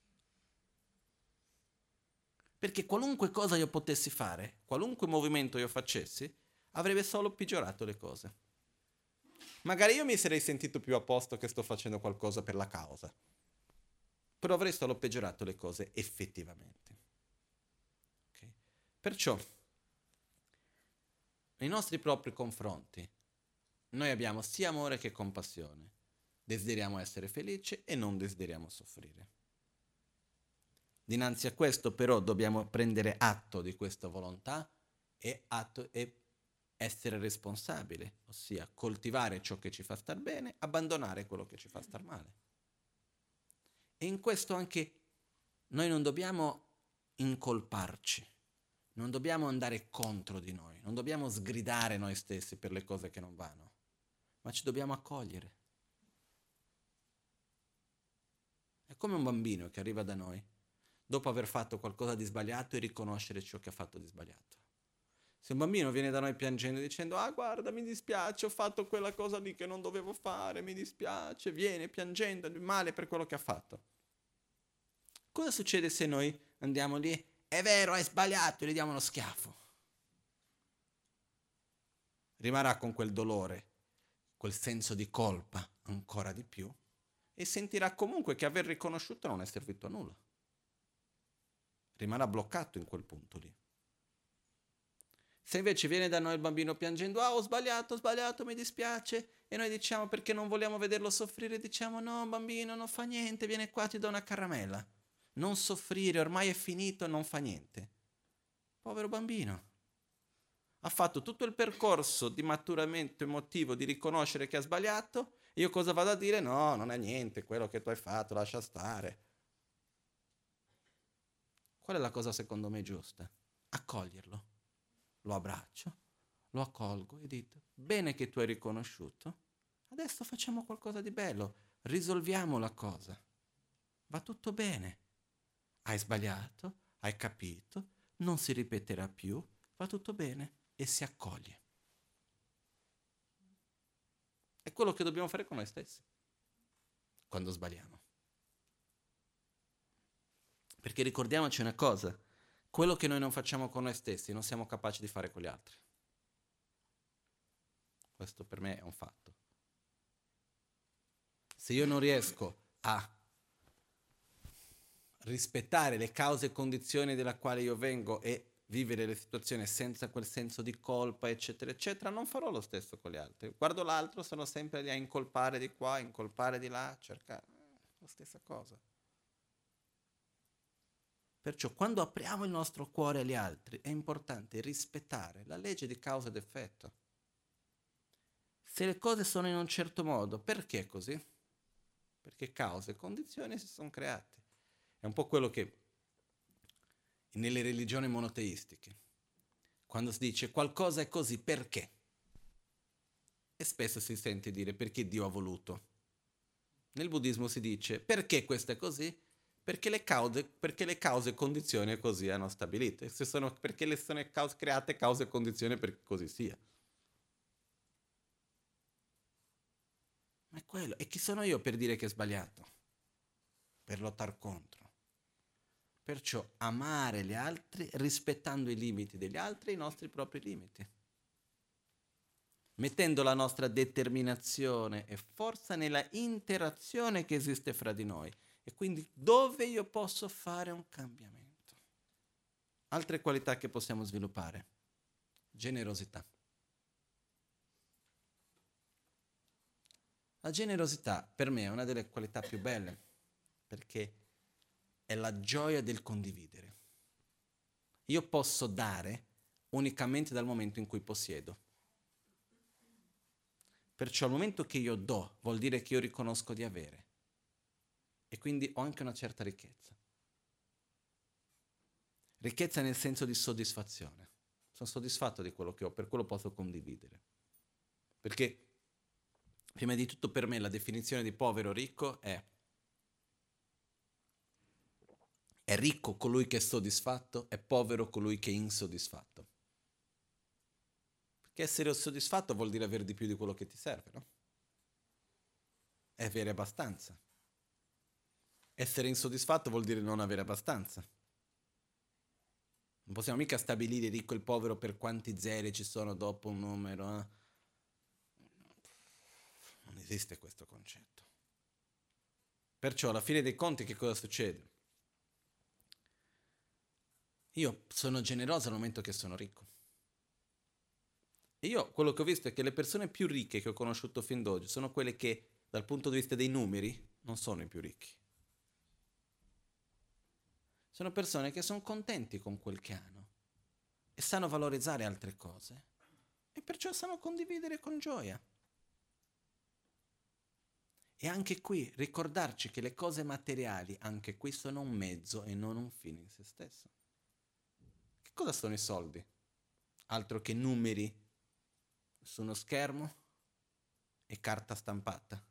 Perché qualunque cosa io potessi fare, qualunque movimento io facessi, avrebbe solo peggiorato le cose. Magari io mi sarei sentito più a posto che sto facendo qualcosa per la causa, però avrei solo peggiorato le cose effettivamente. Okay? Perciò, nei nostri propri confronti, noi abbiamo sia amore che compassione. Desideriamo essere felici e non desideriamo soffrire. Dinanzi a questo però dobbiamo prendere atto di questa volontà e essere responsabili, ossia coltivare ciò che ci fa star bene, abbandonare quello che ci fa star male. E in questo anche noi non dobbiamo incolparci, non dobbiamo andare contro di noi, non dobbiamo sgridare noi stessi per le cose che non vanno, ma ci dobbiamo accogliere. È come un bambino che arriva da noi dopo aver fatto qualcosa di sbagliato e riconoscere ciò che ha fatto di sbagliato. Se un bambino viene da noi piangendo dicendo ah guarda mi dispiace ho fatto quella cosa lì che non dovevo fare, mi dispiace, viene piangendo male per quello che ha fatto. Cosa succede se noi andiamo lì, è vero hai sbagliato e gli diamo uno schiaffo? Rimarrà con quel dolore, quel senso di colpa ancora di più e sentirà comunque che aver riconosciuto non è servito a nulla. Rimarrà bloccato in quel punto lì. Se invece viene da noi il bambino piangendo, ah ho sbagliato, mi dispiace, e noi diciamo perché non vogliamo vederlo soffrire, diciamo no bambino non fa niente, vieni qua ti do una caramella. Non soffrire, ormai è finito, non fa niente. Povero bambino. Ha fatto tutto il percorso di maturamento emotivo, di riconoscere che ha sbagliato, io cosa vado a dire? No, non è niente, quello che tu hai fatto, lascia stare. Qual è la cosa secondo me giusta? Accoglierlo. Lo abbraccio, lo accolgo e dico, bene che tu hai riconosciuto, adesso facciamo qualcosa di bello, risolviamo la cosa. Va tutto bene. Hai sbagliato, hai capito, non si ripeterà più, va tutto bene e si accoglie. È quello che dobbiamo fare con noi stessi quando sbagliamo. Perché ricordiamoci una cosa, quello che noi non facciamo con noi stessi non siamo capaci di fare con gli altri. Questo per me è un fatto. Se io non riesco a rispettare le cause e condizioni della quale io vengo e vivere le situazioni senza quel senso di colpa, eccetera, eccetera, non farò lo stesso con gli altri. Guardo l'altro, sono sempre lì a incolpare di qua, incolpare di là, cercare. La stessa cosa. Perciò quando apriamo il nostro cuore agli altri è importante rispettare la legge di causa ed effetto. Se le cose sono in un certo modo, perché è così? Perché cause e condizioni si sono create. È un po' quello che nelle religioni monoteistiche, quando si dice qualcosa è così, perché? E spesso si sente dire perché Dio ha voluto. Nel buddismo si dice perché questo è così? Perché le cause e condizioni così hanno stabilito. Perché le sono create cause e condizioni perché così sia. Ma è quello. E chi sono io per dire che è sbagliato? Per lottare contro. Perciò amare gli altri rispettando i limiti degli altri e i nostri propri limiti. Mettendo la nostra determinazione e forza nella interazione che esiste fra di noi. E quindi dove io posso fare un cambiamento. Altre qualità che possiamo sviluppare. Generosità. La generosità per me è una delle qualità più belle, perché è la gioia del condividere. Io posso dare unicamente dal momento in cui possiedo. Perciò al momento che io do vuol dire che io riconosco di avere. E quindi ho anche una certa ricchezza. Ricchezza nel senso di soddisfazione. Sono soddisfatto di quello che ho, per quello posso condividere. Perché, prima di tutto, per me la definizione di povero o ricco è ricco colui che è soddisfatto, è povero colui che è insoddisfatto. Perché essere soddisfatto vuol dire avere di più di quello che ti serve, no? È avere abbastanza. Essere insoddisfatto vuol dire non avere abbastanza. Non possiamo mica stabilire il ricco e il povero per quanti zeri ci sono dopo un numero. Non esiste questo concetto. Perciò alla fine dei conti che cosa succede? Io sono generoso al momento che sono ricco. E io quello che ho visto è che le persone più ricche che ho conosciuto fin d'oggi sono quelle che dal punto di vista dei numeri non sono i più ricchi. Sono persone che sono contenti con quel che hanno e sanno valorizzare altre cose e perciò sanno condividere con gioia. E anche qui ricordarci che le cose materiali, anche qui, sono un mezzo e non un fine in se stesso. Che cosa sono i soldi? Altro che numeri su uno schermo e carta stampata.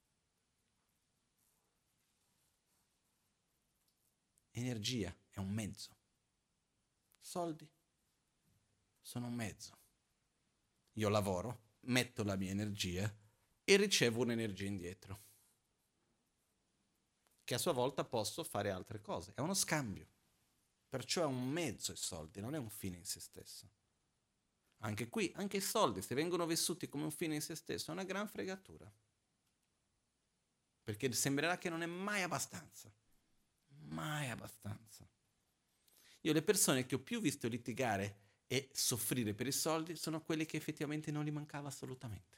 Energia è un mezzo. Soldi sono un mezzo. Io lavoro, metto la mia energia e ricevo un'energia indietro, che a sua volta posso fare altre cose. È uno scambio. Perciò è un mezzo i soldi, non è un fine in se stesso. Anche qui, anche i soldi, se vengono vissuti come un fine in se stesso, è una gran fregatura. Perché sembrerà che non è mai abbastanza. Mai abbastanza. Io le persone che ho più visto litigare e soffrire per i soldi sono quelle che effettivamente non gli mancava assolutamente.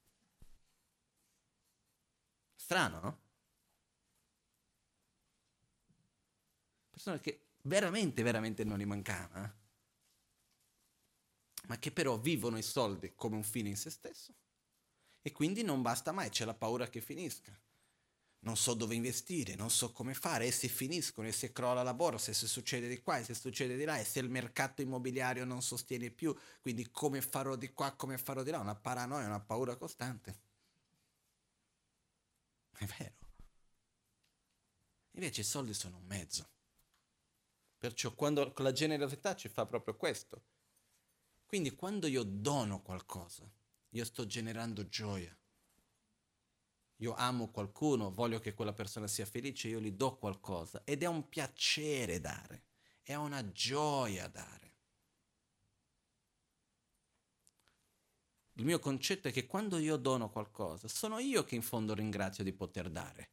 Strano, no? Persone che veramente, veramente non gli mancava, ma che però vivono i soldi come un fine in se stesso e quindi non basta mai, c'è la paura che finisca. Non so dove investire, non so come fare, e se finiscono, e se crolla la borsa, e se succede di qua, e se succede di là, e se il mercato immobiliare non sostiene più, quindi come farò di qua, come farò di là, una paranoia, una paura costante. È vero. Invece i soldi sono un mezzo. Perciò quando con la generosità ci fa proprio questo. Quindi quando io dono qualcosa, io sto generando gioia. Io amo qualcuno, voglio che quella persona sia felice, io gli do qualcosa ed è un piacere dare, è una gioia dare. Il mio concetto è che quando io dono qualcosa, sono io che in fondo ringrazio di poter dare.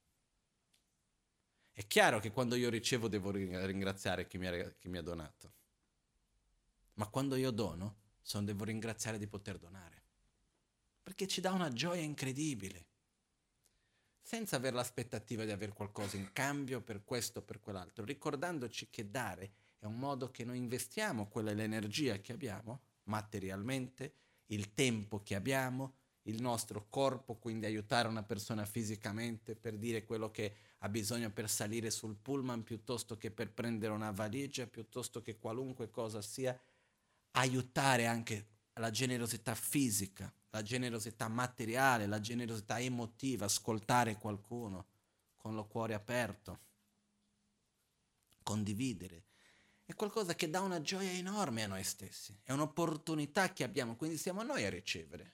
È chiaro che quando io ricevo devo ringraziare chi mi ha donato, ma quando io dono, devo ringraziare di poter donare, perché ci dà una gioia incredibile. senza avere l'aspettativa di avere qualcosa in cambio per questo o per quell'altro, ricordandoci che dare è un modo che noi investiamo quella è l'energia che abbiamo materialmente, il tempo che abbiamo, il nostro corpo, quindi aiutare una persona fisicamente per dire quello che ha bisogno per salire sul pullman piuttosto che per prendere una valigia, piuttosto che qualunque cosa sia, aiutare anche la generosità fisica, la generosità materiale, la generosità emotiva, ascoltare qualcuno con lo cuore aperto, condividere. È qualcosa che dà una gioia enorme a noi stessi, è un'opportunità che abbiamo, quindi siamo noi a ricevere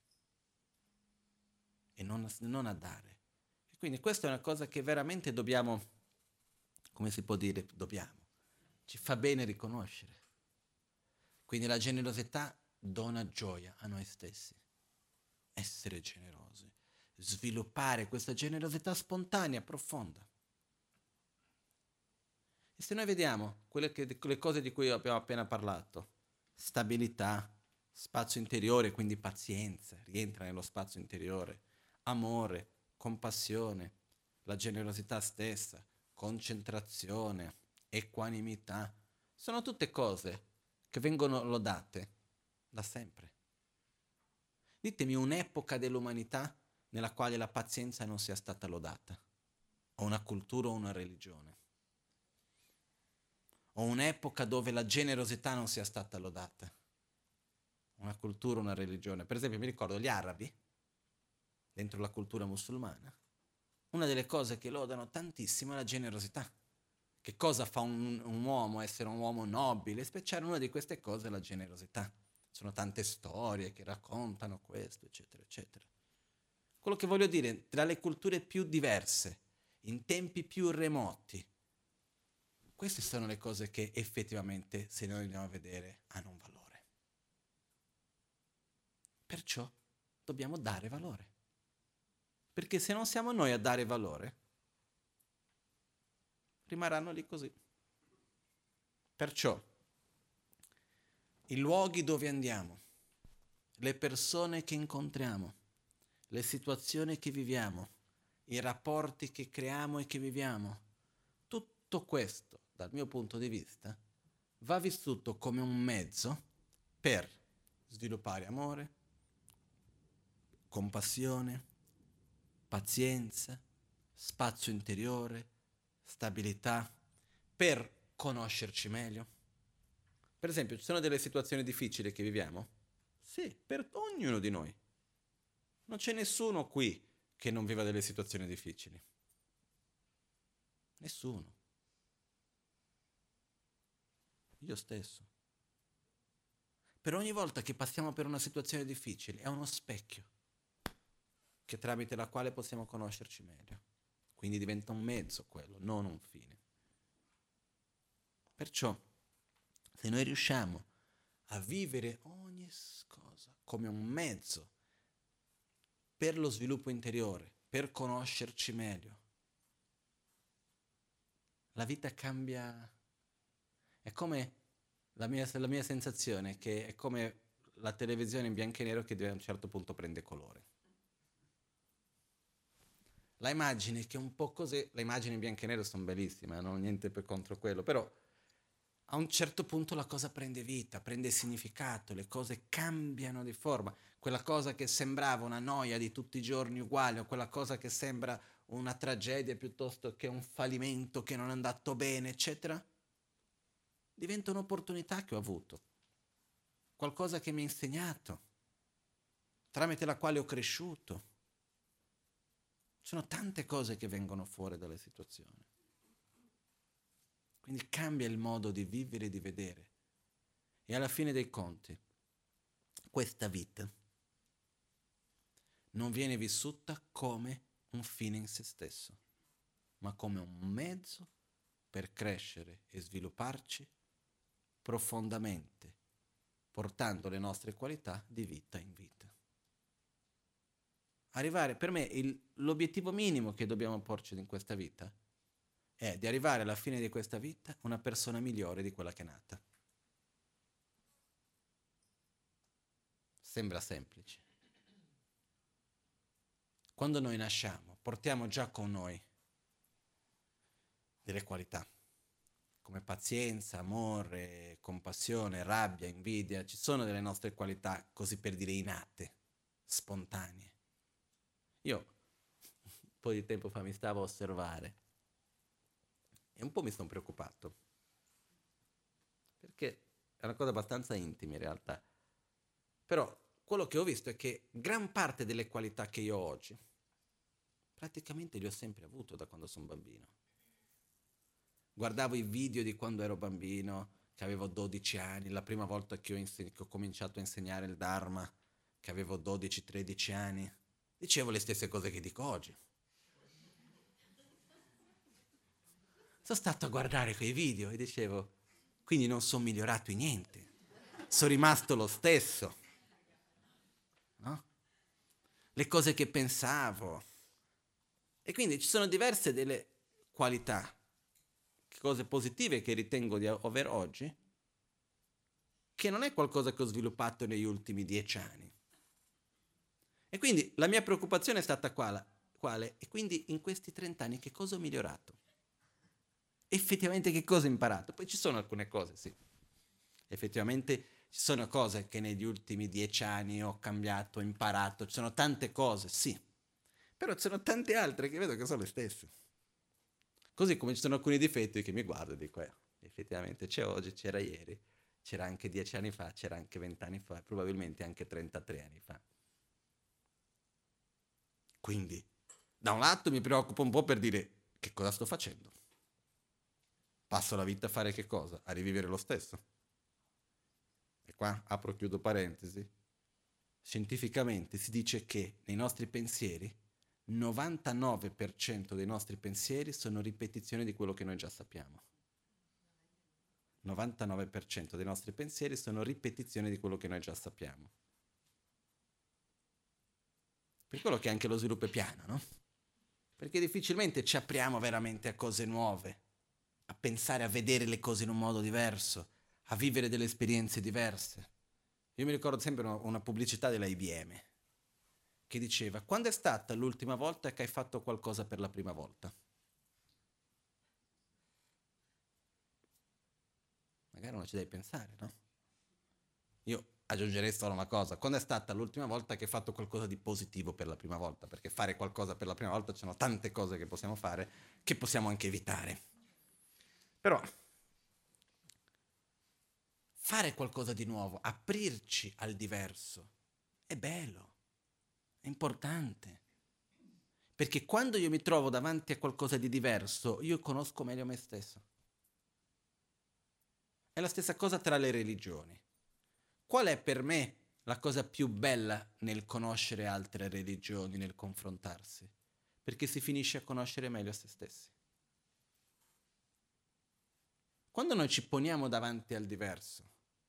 e non a dare. E quindi questa è una cosa che veramente dobbiamo, come si può dire, dobbiamo, ci fa bene riconoscere. Quindi la generosità dona gioia a noi stessi. Essere generosi, sviluppare questa generosità spontanea, profonda. E se noi vediamo le cose di cui abbiamo appena parlato, stabilità, spazio interiore, quindi pazienza, rientra nello spazio interiore, amore, compassione, la generosità stessa, concentrazione, equanimità, sono tutte cose che vengono lodate da sempre. Ditemi un'epoca dell'umanità nella quale la pazienza non sia stata lodata, o una cultura o una religione, o un'epoca dove la generosità non sia stata lodata, una cultura o una religione. Per esempio mi ricordo gli arabi, dentro la cultura musulmana, una delle cose che lodano tantissimo è la generosità. Che cosa fa un uomo essere un uomo nobile? Speciale una di queste cose è la generosità. Sono tante storie che raccontano questo, eccetera, eccetera. Quello che voglio dire, tra le culture più diverse, in tempi più remoti, queste sono le cose che effettivamente, se noi andiamo a vedere, hanno un valore. Perciò dobbiamo dare valore. Perché se non siamo noi a dare valore, rimarranno lì così. Perciò, i luoghi dove andiamo, le persone che incontriamo, le situazioni che viviamo, i rapporti che creiamo e che viviamo, tutto questo, dal mio punto di vista, va vissuto come un mezzo per sviluppare amore, compassione, pazienza, spazio interiore, stabilità, per conoscerci meglio. Per esempio, ci sono delle situazioni difficili che viviamo? Sì, per ognuno di noi. Non c'è nessuno qui che non viva delle situazioni difficili. Nessuno. Io stesso. Per ogni volta che passiamo per una situazione difficile è uno specchio che tramite la quale possiamo conoscerci meglio. Quindi diventa un mezzo quello, non un fine. Perciò, se noi riusciamo a vivere ogni cosa come un mezzo per lo sviluppo interiore, per conoscerci meglio, la vita cambia. È come la mia sensazione, che è come la televisione in bianco e nero che a un certo punto prende colore. La immagine che è un po' così, le immagini in bianco e nero sono bellissime, non ho niente per contro quello, però a un certo punto la cosa prende vita, prende significato, le cose cambiano di forma. Quella cosa che sembrava una noia di tutti i giorni uguale, o quella cosa che sembra una tragedia piuttosto che un fallimento che non è andato bene, eccetera, diventa un'opportunità che ho avuto, qualcosa che mi ha insegnato, tramite la quale ho cresciuto. Sono tante cose che vengono fuori dalle situazioni. Quindi cambia il modo di vivere e di vedere. E alla fine dei conti, questa vita non viene vissuta come un fine in se stesso, ma come un mezzo per crescere e svilupparci profondamente, portando le nostre qualità di vita in vita. Arrivare, per me, l'obiettivo minimo che dobbiamo porci in questa vita è di arrivare alla fine di questa vita una persona migliore di quella che è nata. Sembra semplice. quando noi nasciamo, portiamo già con noi delle qualità, come pazienza, amore, compassione, rabbia, invidia. Ci sono delle nostre qualità, così per dire, innate, spontanee. Io un po' di tempo fa mi stavo a osservare e un po' mi sono preoccupato, perché è una cosa abbastanza intima in realtà. Però quello che ho visto è che gran parte delle qualità che io ho oggi, praticamente le ho sempre avuto da quando sono bambino. Guardavo i video di quando ero bambino, che avevo 12 anni, la prima volta che ho cominciato a insegnare il Dharma, che avevo 12-13 anni, dicevo le stesse cose che dico oggi. Sono stato a guardare quei video e dicevo, quindi non sono migliorato in niente, sono rimasto lo stesso, no? Le cose che pensavo. E quindi ci sono diverse delle qualità, cose positive che ritengo di aver oggi, che non è qualcosa che ho sviluppato negli ultimi 10 anni. E quindi la mia preoccupazione è stata quale? E quindi in questi 30 anni che cosa ho migliorato? Effettivamente che cosa ho imparato? Poi ci sono alcune cose, sì. Effettivamente ci sono cose che negli ultimi 10 anni ho cambiato, ho imparato, ci sono tante cose, sì. Però ci sono tante altre che vedo che sono le stesse. Così come ci sono alcuni difetti che mi guardo e dico, effettivamente c'è oggi, c'era ieri, c'era anche 10 anni fa, c'era anche 20 anni fa, probabilmente anche 33 anni fa. Quindi, da un lato mi preoccupo un po' per dire che cosa sto facendo. Passo la vita a fare che cosa? A rivivere lo stesso. E qua apro e chiudo parentesi. Scientificamente si dice che nei nostri pensieri 99% dei nostri pensieri sono ripetizioni di quello che noi già sappiamo. 99% dei nostri pensieri sono ripetizioni di quello che noi già sappiamo. Per quello che anche lo sviluppo è piano, no? Perché difficilmente ci apriamo veramente a cose nuove, a pensare, a vedere le cose in un modo diverso, a vivere delle esperienze diverse. Io mi ricordo sempre una pubblicità della IBM che diceva: quando è stata l'ultima volta che hai fatto qualcosa per la prima volta? Magari non ci devi pensare, no? Io aggiungerei solo una cosa: quando è stata l'ultima volta che hai fatto qualcosa di positivo per la prima volta? Perché fare qualcosa per la prima volta, ci sono tante cose che possiamo fare, che possiamo anche evitare. Però fare qualcosa di nuovo, aprirci al diverso, è bello, è importante. Perché quando io mi trovo davanti a qualcosa di diverso, io conosco meglio me stesso. È la stessa cosa tra le religioni. Qual è per me la cosa più bella nel conoscere altre religioni, nel confrontarsi? Perché si finisce a conoscere meglio se stessi. Quando noi ci poniamo davanti al diverso,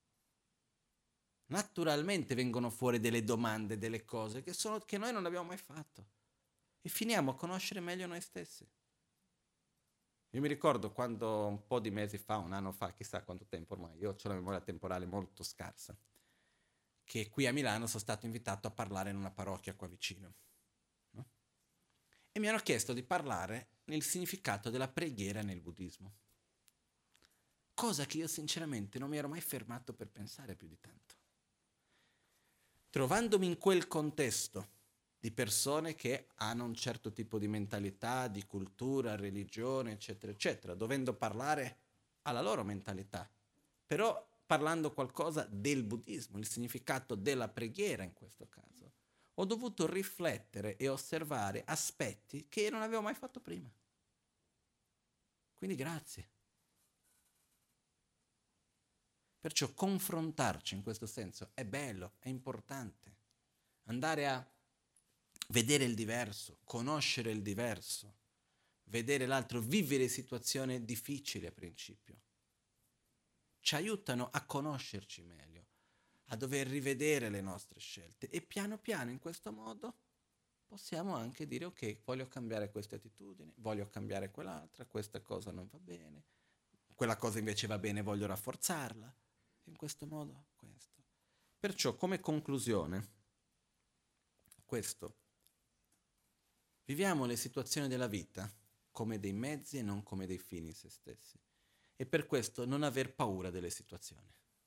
naturalmente vengono fuori delle domande, delle cose che noi non abbiamo mai fatto. E finiamo a conoscere meglio noi stessi. Io mi ricordo quando un po' di mesi fa, un anno fa, chissà quanto tempo ormai, io ho una memoria temporale molto scarsa, che qui a Milano sono stato invitato a parlare in una parrocchia qua vicino. No? E mi hanno chiesto di parlare nel significato della preghiera nel buddismo. Cosa che io sinceramente non mi ero mai fermato per pensare più di tanto. Trovandomi in quel contesto di persone che hanno un certo tipo di mentalità, di cultura, religione, eccetera, eccetera, dovendo parlare alla loro mentalità, però parlando qualcosa del buddismo, il significato della preghiera in questo caso, ho dovuto riflettere e osservare aspetti che non avevo mai fatto prima. Quindi grazie. Perciò confrontarci in questo senso è bello, è importante. Andare a vedere il diverso, conoscere il diverso, vedere l'altro, vivere situazioni difficili a principio. Ci aiutano a conoscerci meglio, a dover rivedere le nostre scelte e piano piano in questo modo possiamo anche dire ok, voglio cambiare queste attitudini, voglio cambiare quell'altra, questa cosa non va bene, quella cosa invece va bene, voglio rafforzarla. In questo modo, questo. Perciò come conclusione, questo Viviamo le situazioni della vita come dei mezzi e non come dei fini in se stessi. E per questo non aver paura delle situazioni.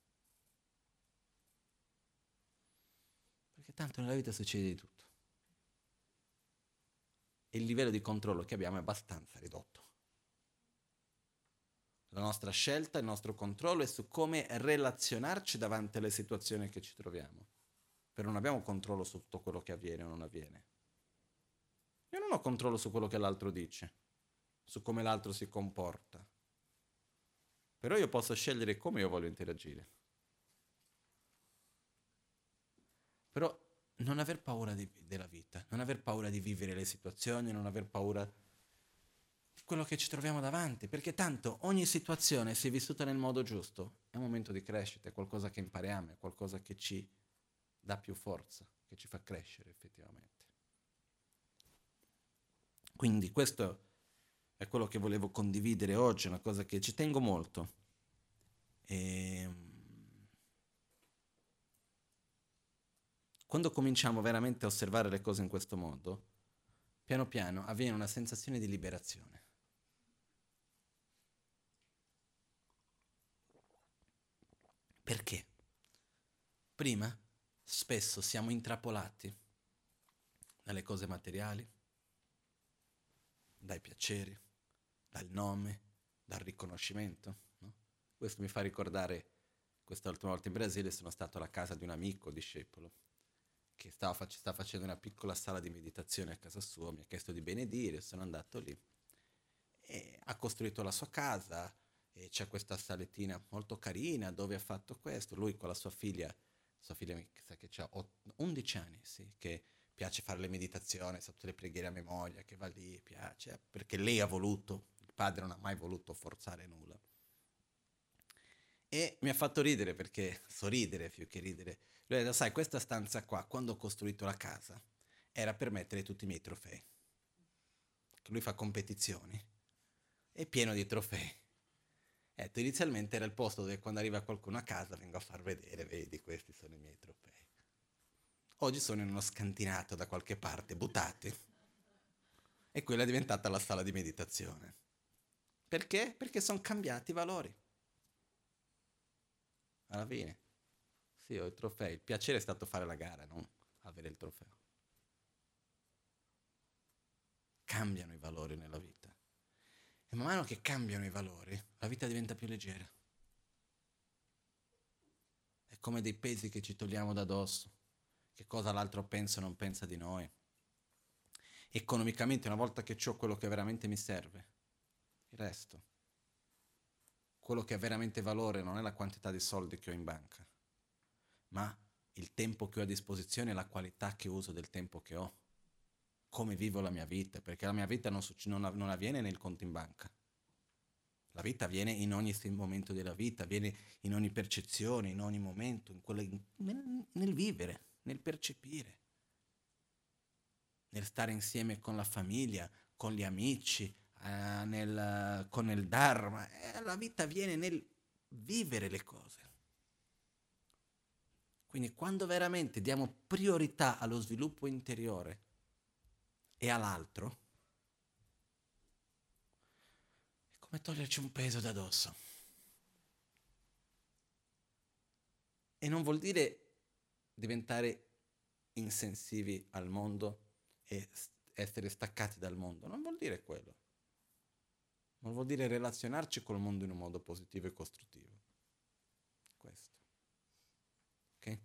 Perché tanto nella vita succede di tutto. E il livello di controllo che abbiamo è abbastanza ridotto. La nostra scelta, il nostro controllo è su come relazionarci davanti alle situazioni che ci troviamo. Però non abbiamo controllo su tutto quello che avviene o non avviene. Io non ho controllo su quello che l'altro dice, su come l'altro si comporta. Però io posso scegliere come io voglio interagire. Però non aver paura della vita, non aver paura di vivere le situazioni, non aver paura di quello che ci troviamo davanti, perché tanto ogni situazione, se vissuta nel modo giusto, è un momento di crescita, è qualcosa che impariamo, è qualcosa che ci dà più forza, che ci fa crescere effettivamente. Quindi questo è quello che volevo condividere oggi, una cosa che ci tengo molto. E quando cominciamo veramente a osservare le cose in questo modo, piano piano avviene una sensazione di liberazione. Perché? Prima, spesso siamo intrappolati dalle cose materiali, dai piaceri, dal nome, dal riconoscimento. No? Questo mi fa ricordare, quest'ultima volta in Brasile sono stato alla casa di un amico discepolo che sta facendo una piccola sala di meditazione a casa sua, mi ha chiesto di benedire, sono andato lì e ha costruito la sua casa e c'è questa salettina molto carina dove ha fatto questo, lui con la sua figlia mi sa che ha 11 anni, sì, che piace fare le meditazioni, sa tutte le preghiere a memoria, che va lì, piace, perché lei ha voluto, il padre non ha mai voluto forzare nulla. E mi ha fatto ridere perché, sorridere più che ridere, lui ha detto, sai, questa stanza qua, quando ho costruito la casa, era per mettere tutti i miei trofei. Che lui fa competizioni, è pieno di trofei. Ecco, inizialmente era il posto dove quando arriva qualcuno a casa vengo a far vedere, vedi, questi sono i miei trofei. Oggi sono in uno scantinato da qualche parte, buttati. E quella è diventata la sala di meditazione. Perché? Perché sono cambiati i valori. Alla fine. Sì, ho i trofei. Il piacere è stato fare la gara, non avere il trofeo. Cambiano i valori nella vita. E man mano che cambiano i valori, la vita diventa più leggera. È come dei pesi che ci togliamo da dosso. Che cosa l'altro pensa o non pensa di noi. Economicamente, una volta che ho quello che veramente mi serve, il resto, quello che ha veramente valore non è la quantità di soldi che ho in banca, ma il tempo che ho a disposizione e la qualità che uso del tempo che ho. Come vivo la mia vita, perché la mia vita non avviene nel conto in banca. La vita avviene in ogni momento della vita, avviene in ogni percezione, in ogni momento, nel vivere, nel percepire, nel stare insieme con la famiglia, con gli amici, con il Dharma. La vita avviene nel vivere le cose. Quindi quando veramente diamo priorità allo sviluppo interiore e all'altro, è come toglierci un peso da dosso. E non vuol dire diventare insensivi al mondo e essere staccati dal mondo, non vuol dire quello. Ma vuol dire relazionarci col mondo in un modo positivo e costruttivo. Questo. Ok?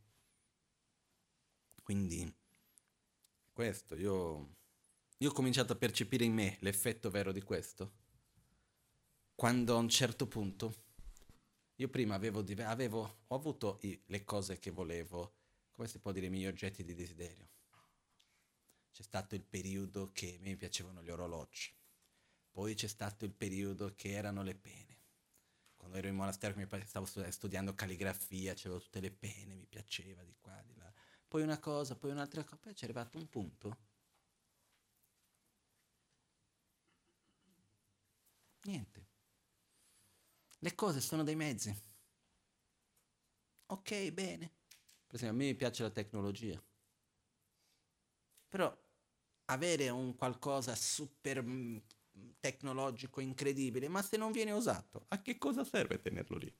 Quindi, questo, io ho cominciato a percepire in me l'effetto vero di questo. Quando a un certo punto, io prima ho avuto le cose che volevo, come si può dire, i miei oggetti di desiderio. C'è stato il periodo che a me piacevano gli orologi, poi c'è stato il periodo che erano le pene. Quando ero in monastero stavo studiando calligrafia, c'avevo tutte le pene, mi piaceva di qua, di là. Poi una cosa, poi un'altra cosa, poi c'è arrivato un punto. Niente. Le cose sono dei mezzi. Ok, bene. Per esempio, a me piace la tecnologia. Però avere un qualcosa super tecnologico incredibile, ma se non viene usato, a che cosa serve tenerlo lì?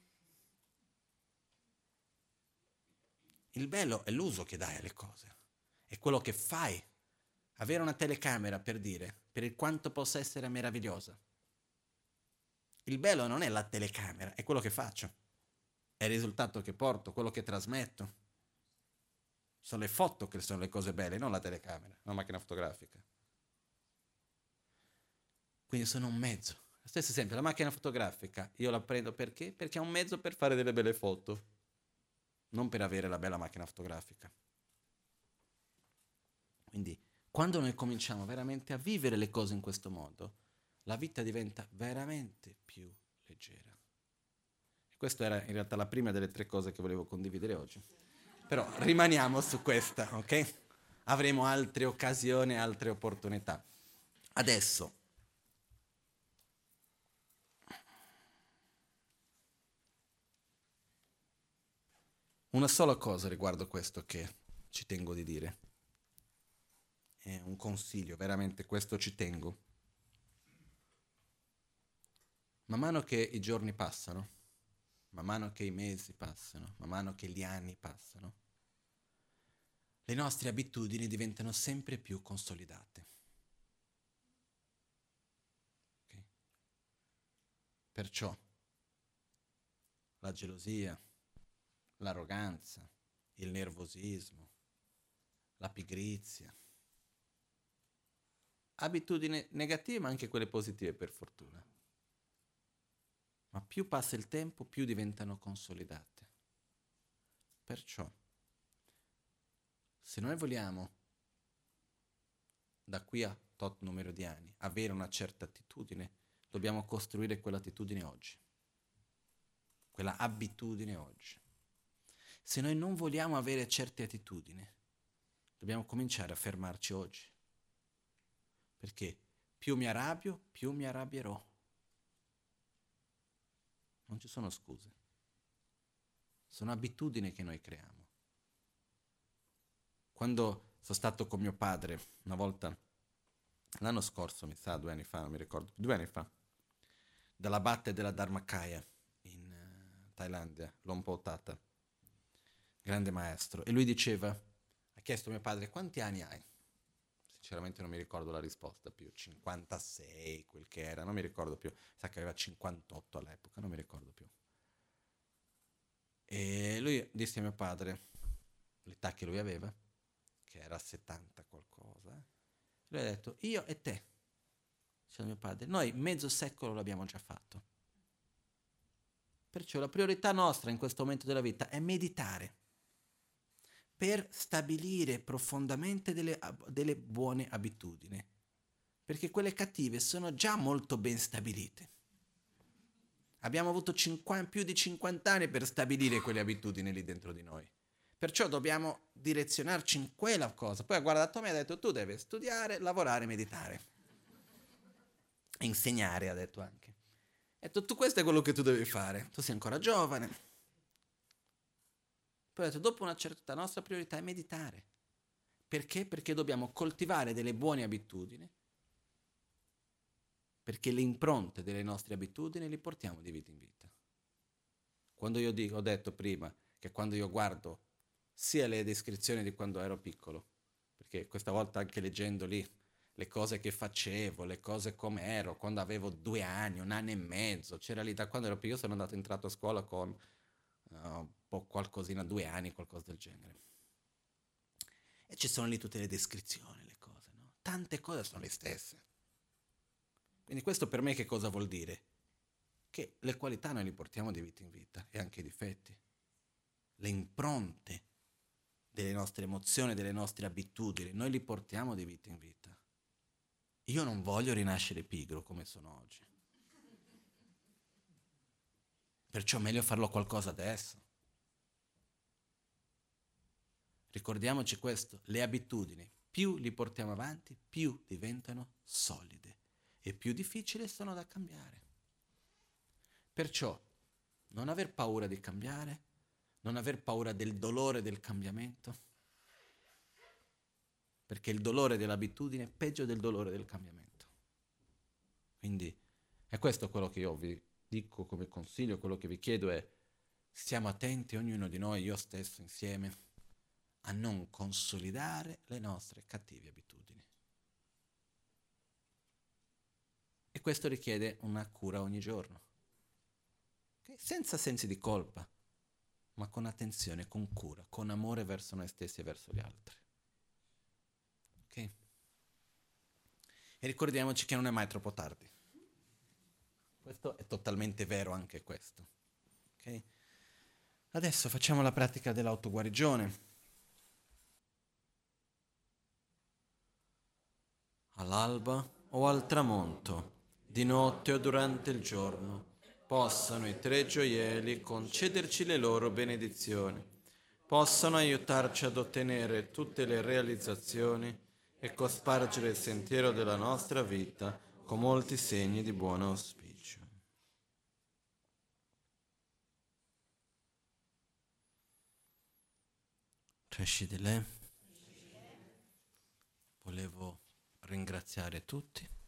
Il bello è l'uso che dai alle cose, è quello che fai. Avere una telecamera per dire, per il quanto possa essere meravigliosa. Il bello non è la telecamera, è quello che faccio, è il risultato che porto, quello che trasmetto. Sono le foto che sono le cose belle, non la telecamera, la macchina fotografica. Quindi sono un mezzo. Lo stesso esempio, la macchina fotografica, io la prendo perché? Perché è un mezzo per fare delle belle foto, non per avere la bella macchina fotografica. Quindi, quando noi cominciamo veramente a vivere le cose in questo modo, la vita diventa veramente più leggera. E questa era in realtà la prima delle 3 cose che volevo condividere oggi. Però rimaniamo su questa, ok? Avremo altre occasioni, altre opportunità. Adesso, una sola cosa riguardo questo che ci tengo di dire. È un consiglio, veramente questo ci tengo. Man mano che i giorni passano, man mano che i mesi passano, man mano che gli anni passano, le nostre abitudini diventano sempre più consolidate. Okay? Perciò la gelosia, l'arroganza, il nervosismo, la pigrizia, abitudini negative ma anche quelle positive per fortuna. Ma più passa il tempo, più diventano consolidate. Perciò, se noi vogliamo, da qui a tot numero di anni, avere una certa attitudine, dobbiamo costruire quell'attitudine oggi, quella abitudine oggi. Se noi non vogliamo avere certe attitudini, dobbiamo cominciare a fermarci oggi. Perché più mi arrabbio, più mi arrabbierò. Non ci sono scuse. Sono abitudini che noi creiamo. Quando sono stato con mio padre, una volta, l'anno scorso, mi sa, 2 anni fa, non mi ricordo, 2 anni fa, dall'abate della Dharmakaya in Thailandia, Lompo Tata, grande maestro, e lui diceva, ha chiesto a mio padre, quanti anni hai? Sinceramente non mi ricordo la risposta più, 56, quel che era, non mi ricordo più, sa che aveva 58 all'epoca, non mi ricordo più. E lui disse a mio padre, l'età che lui aveva, che era 70 qualcosa, lui ha detto, io e te, diceva mio padre, noi mezzo secolo l'abbiamo già fatto. Perciò la priorità nostra in questo momento della vita è meditare per stabilire profondamente delle buone abitudini, perché quelle cattive sono già molto ben stabilite. Abbiamo avuto più di 50 anni per stabilire quelle abitudini lì dentro di noi. Perciò dobbiamo direzionarci in quella cosa. Poi ha guardato me e ha detto tu devi studiare, lavorare, meditare. Insegnare, ha detto anche. Ha detto tu questo è quello che tu devi fare. Tu sei ancora giovane. Poi ha detto dopo una certa la nostra priorità è meditare. Perché? Perché dobbiamo coltivare delle buone abitudini. Perché le impronte delle nostre abitudini le portiamo di vita in vita. Quando io dico, ho detto prima che quando io guardo sia le descrizioni di quando ero piccolo, perché questa volta anche leggendo lì le cose che facevo, le cose come ero, quando avevo 2 anni, 1 anno e mezzo, c'era lì da quando ero piccolo, io sono entrato a scuola con un po' qualcosina, 2 anni, qualcosa del genere. E ci sono lì tutte le descrizioni, le cose, no? Tante cose sono le stesse. Quindi questo per me che cosa vuol dire? Che le qualità noi li portiamo di vita in vita e anche i difetti. Le impronte delle nostre emozioni, delle nostre abitudini, noi li portiamo di vita in vita. Io non voglio rinascere pigro come sono oggi. Perciò è meglio farlo qualcosa adesso. Ricordiamoci questo, le abitudini, più li portiamo avanti, più diventano solide e più difficili sono da cambiare. Perciò non aver paura di cambiare, non aver paura del dolore del cambiamento, perché il dolore dell'abitudine è peggio del dolore del cambiamento. Quindi è questo quello che io vi dico come consiglio, quello che vi chiedo è: stiamo attenti, ognuno di noi, io stesso insieme, a non consolidare le nostre cattive abitudini. E questo richiede una cura ogni giorno, okay? Senza sensi di colpa, ma con attenzione, con cura, con amore verso noi stessi e verso gli altri. Ok? E ricordiamoci che non è mai troppo tardi. Questo è totalmente vero anche questo. Ok? Adesso facciamo la pratica dell'autoguarigione. All'alba o al tramonto, di notte o durante il giorno, possano i tre gioielli concederci le loro benedizioni, possano aiutarci ad ottenere tutte le realizzazioni e cospargere il sentiero della nostra vita con molti segni di buon auspicio. Cresci di lei. Volevo ringraziare tutti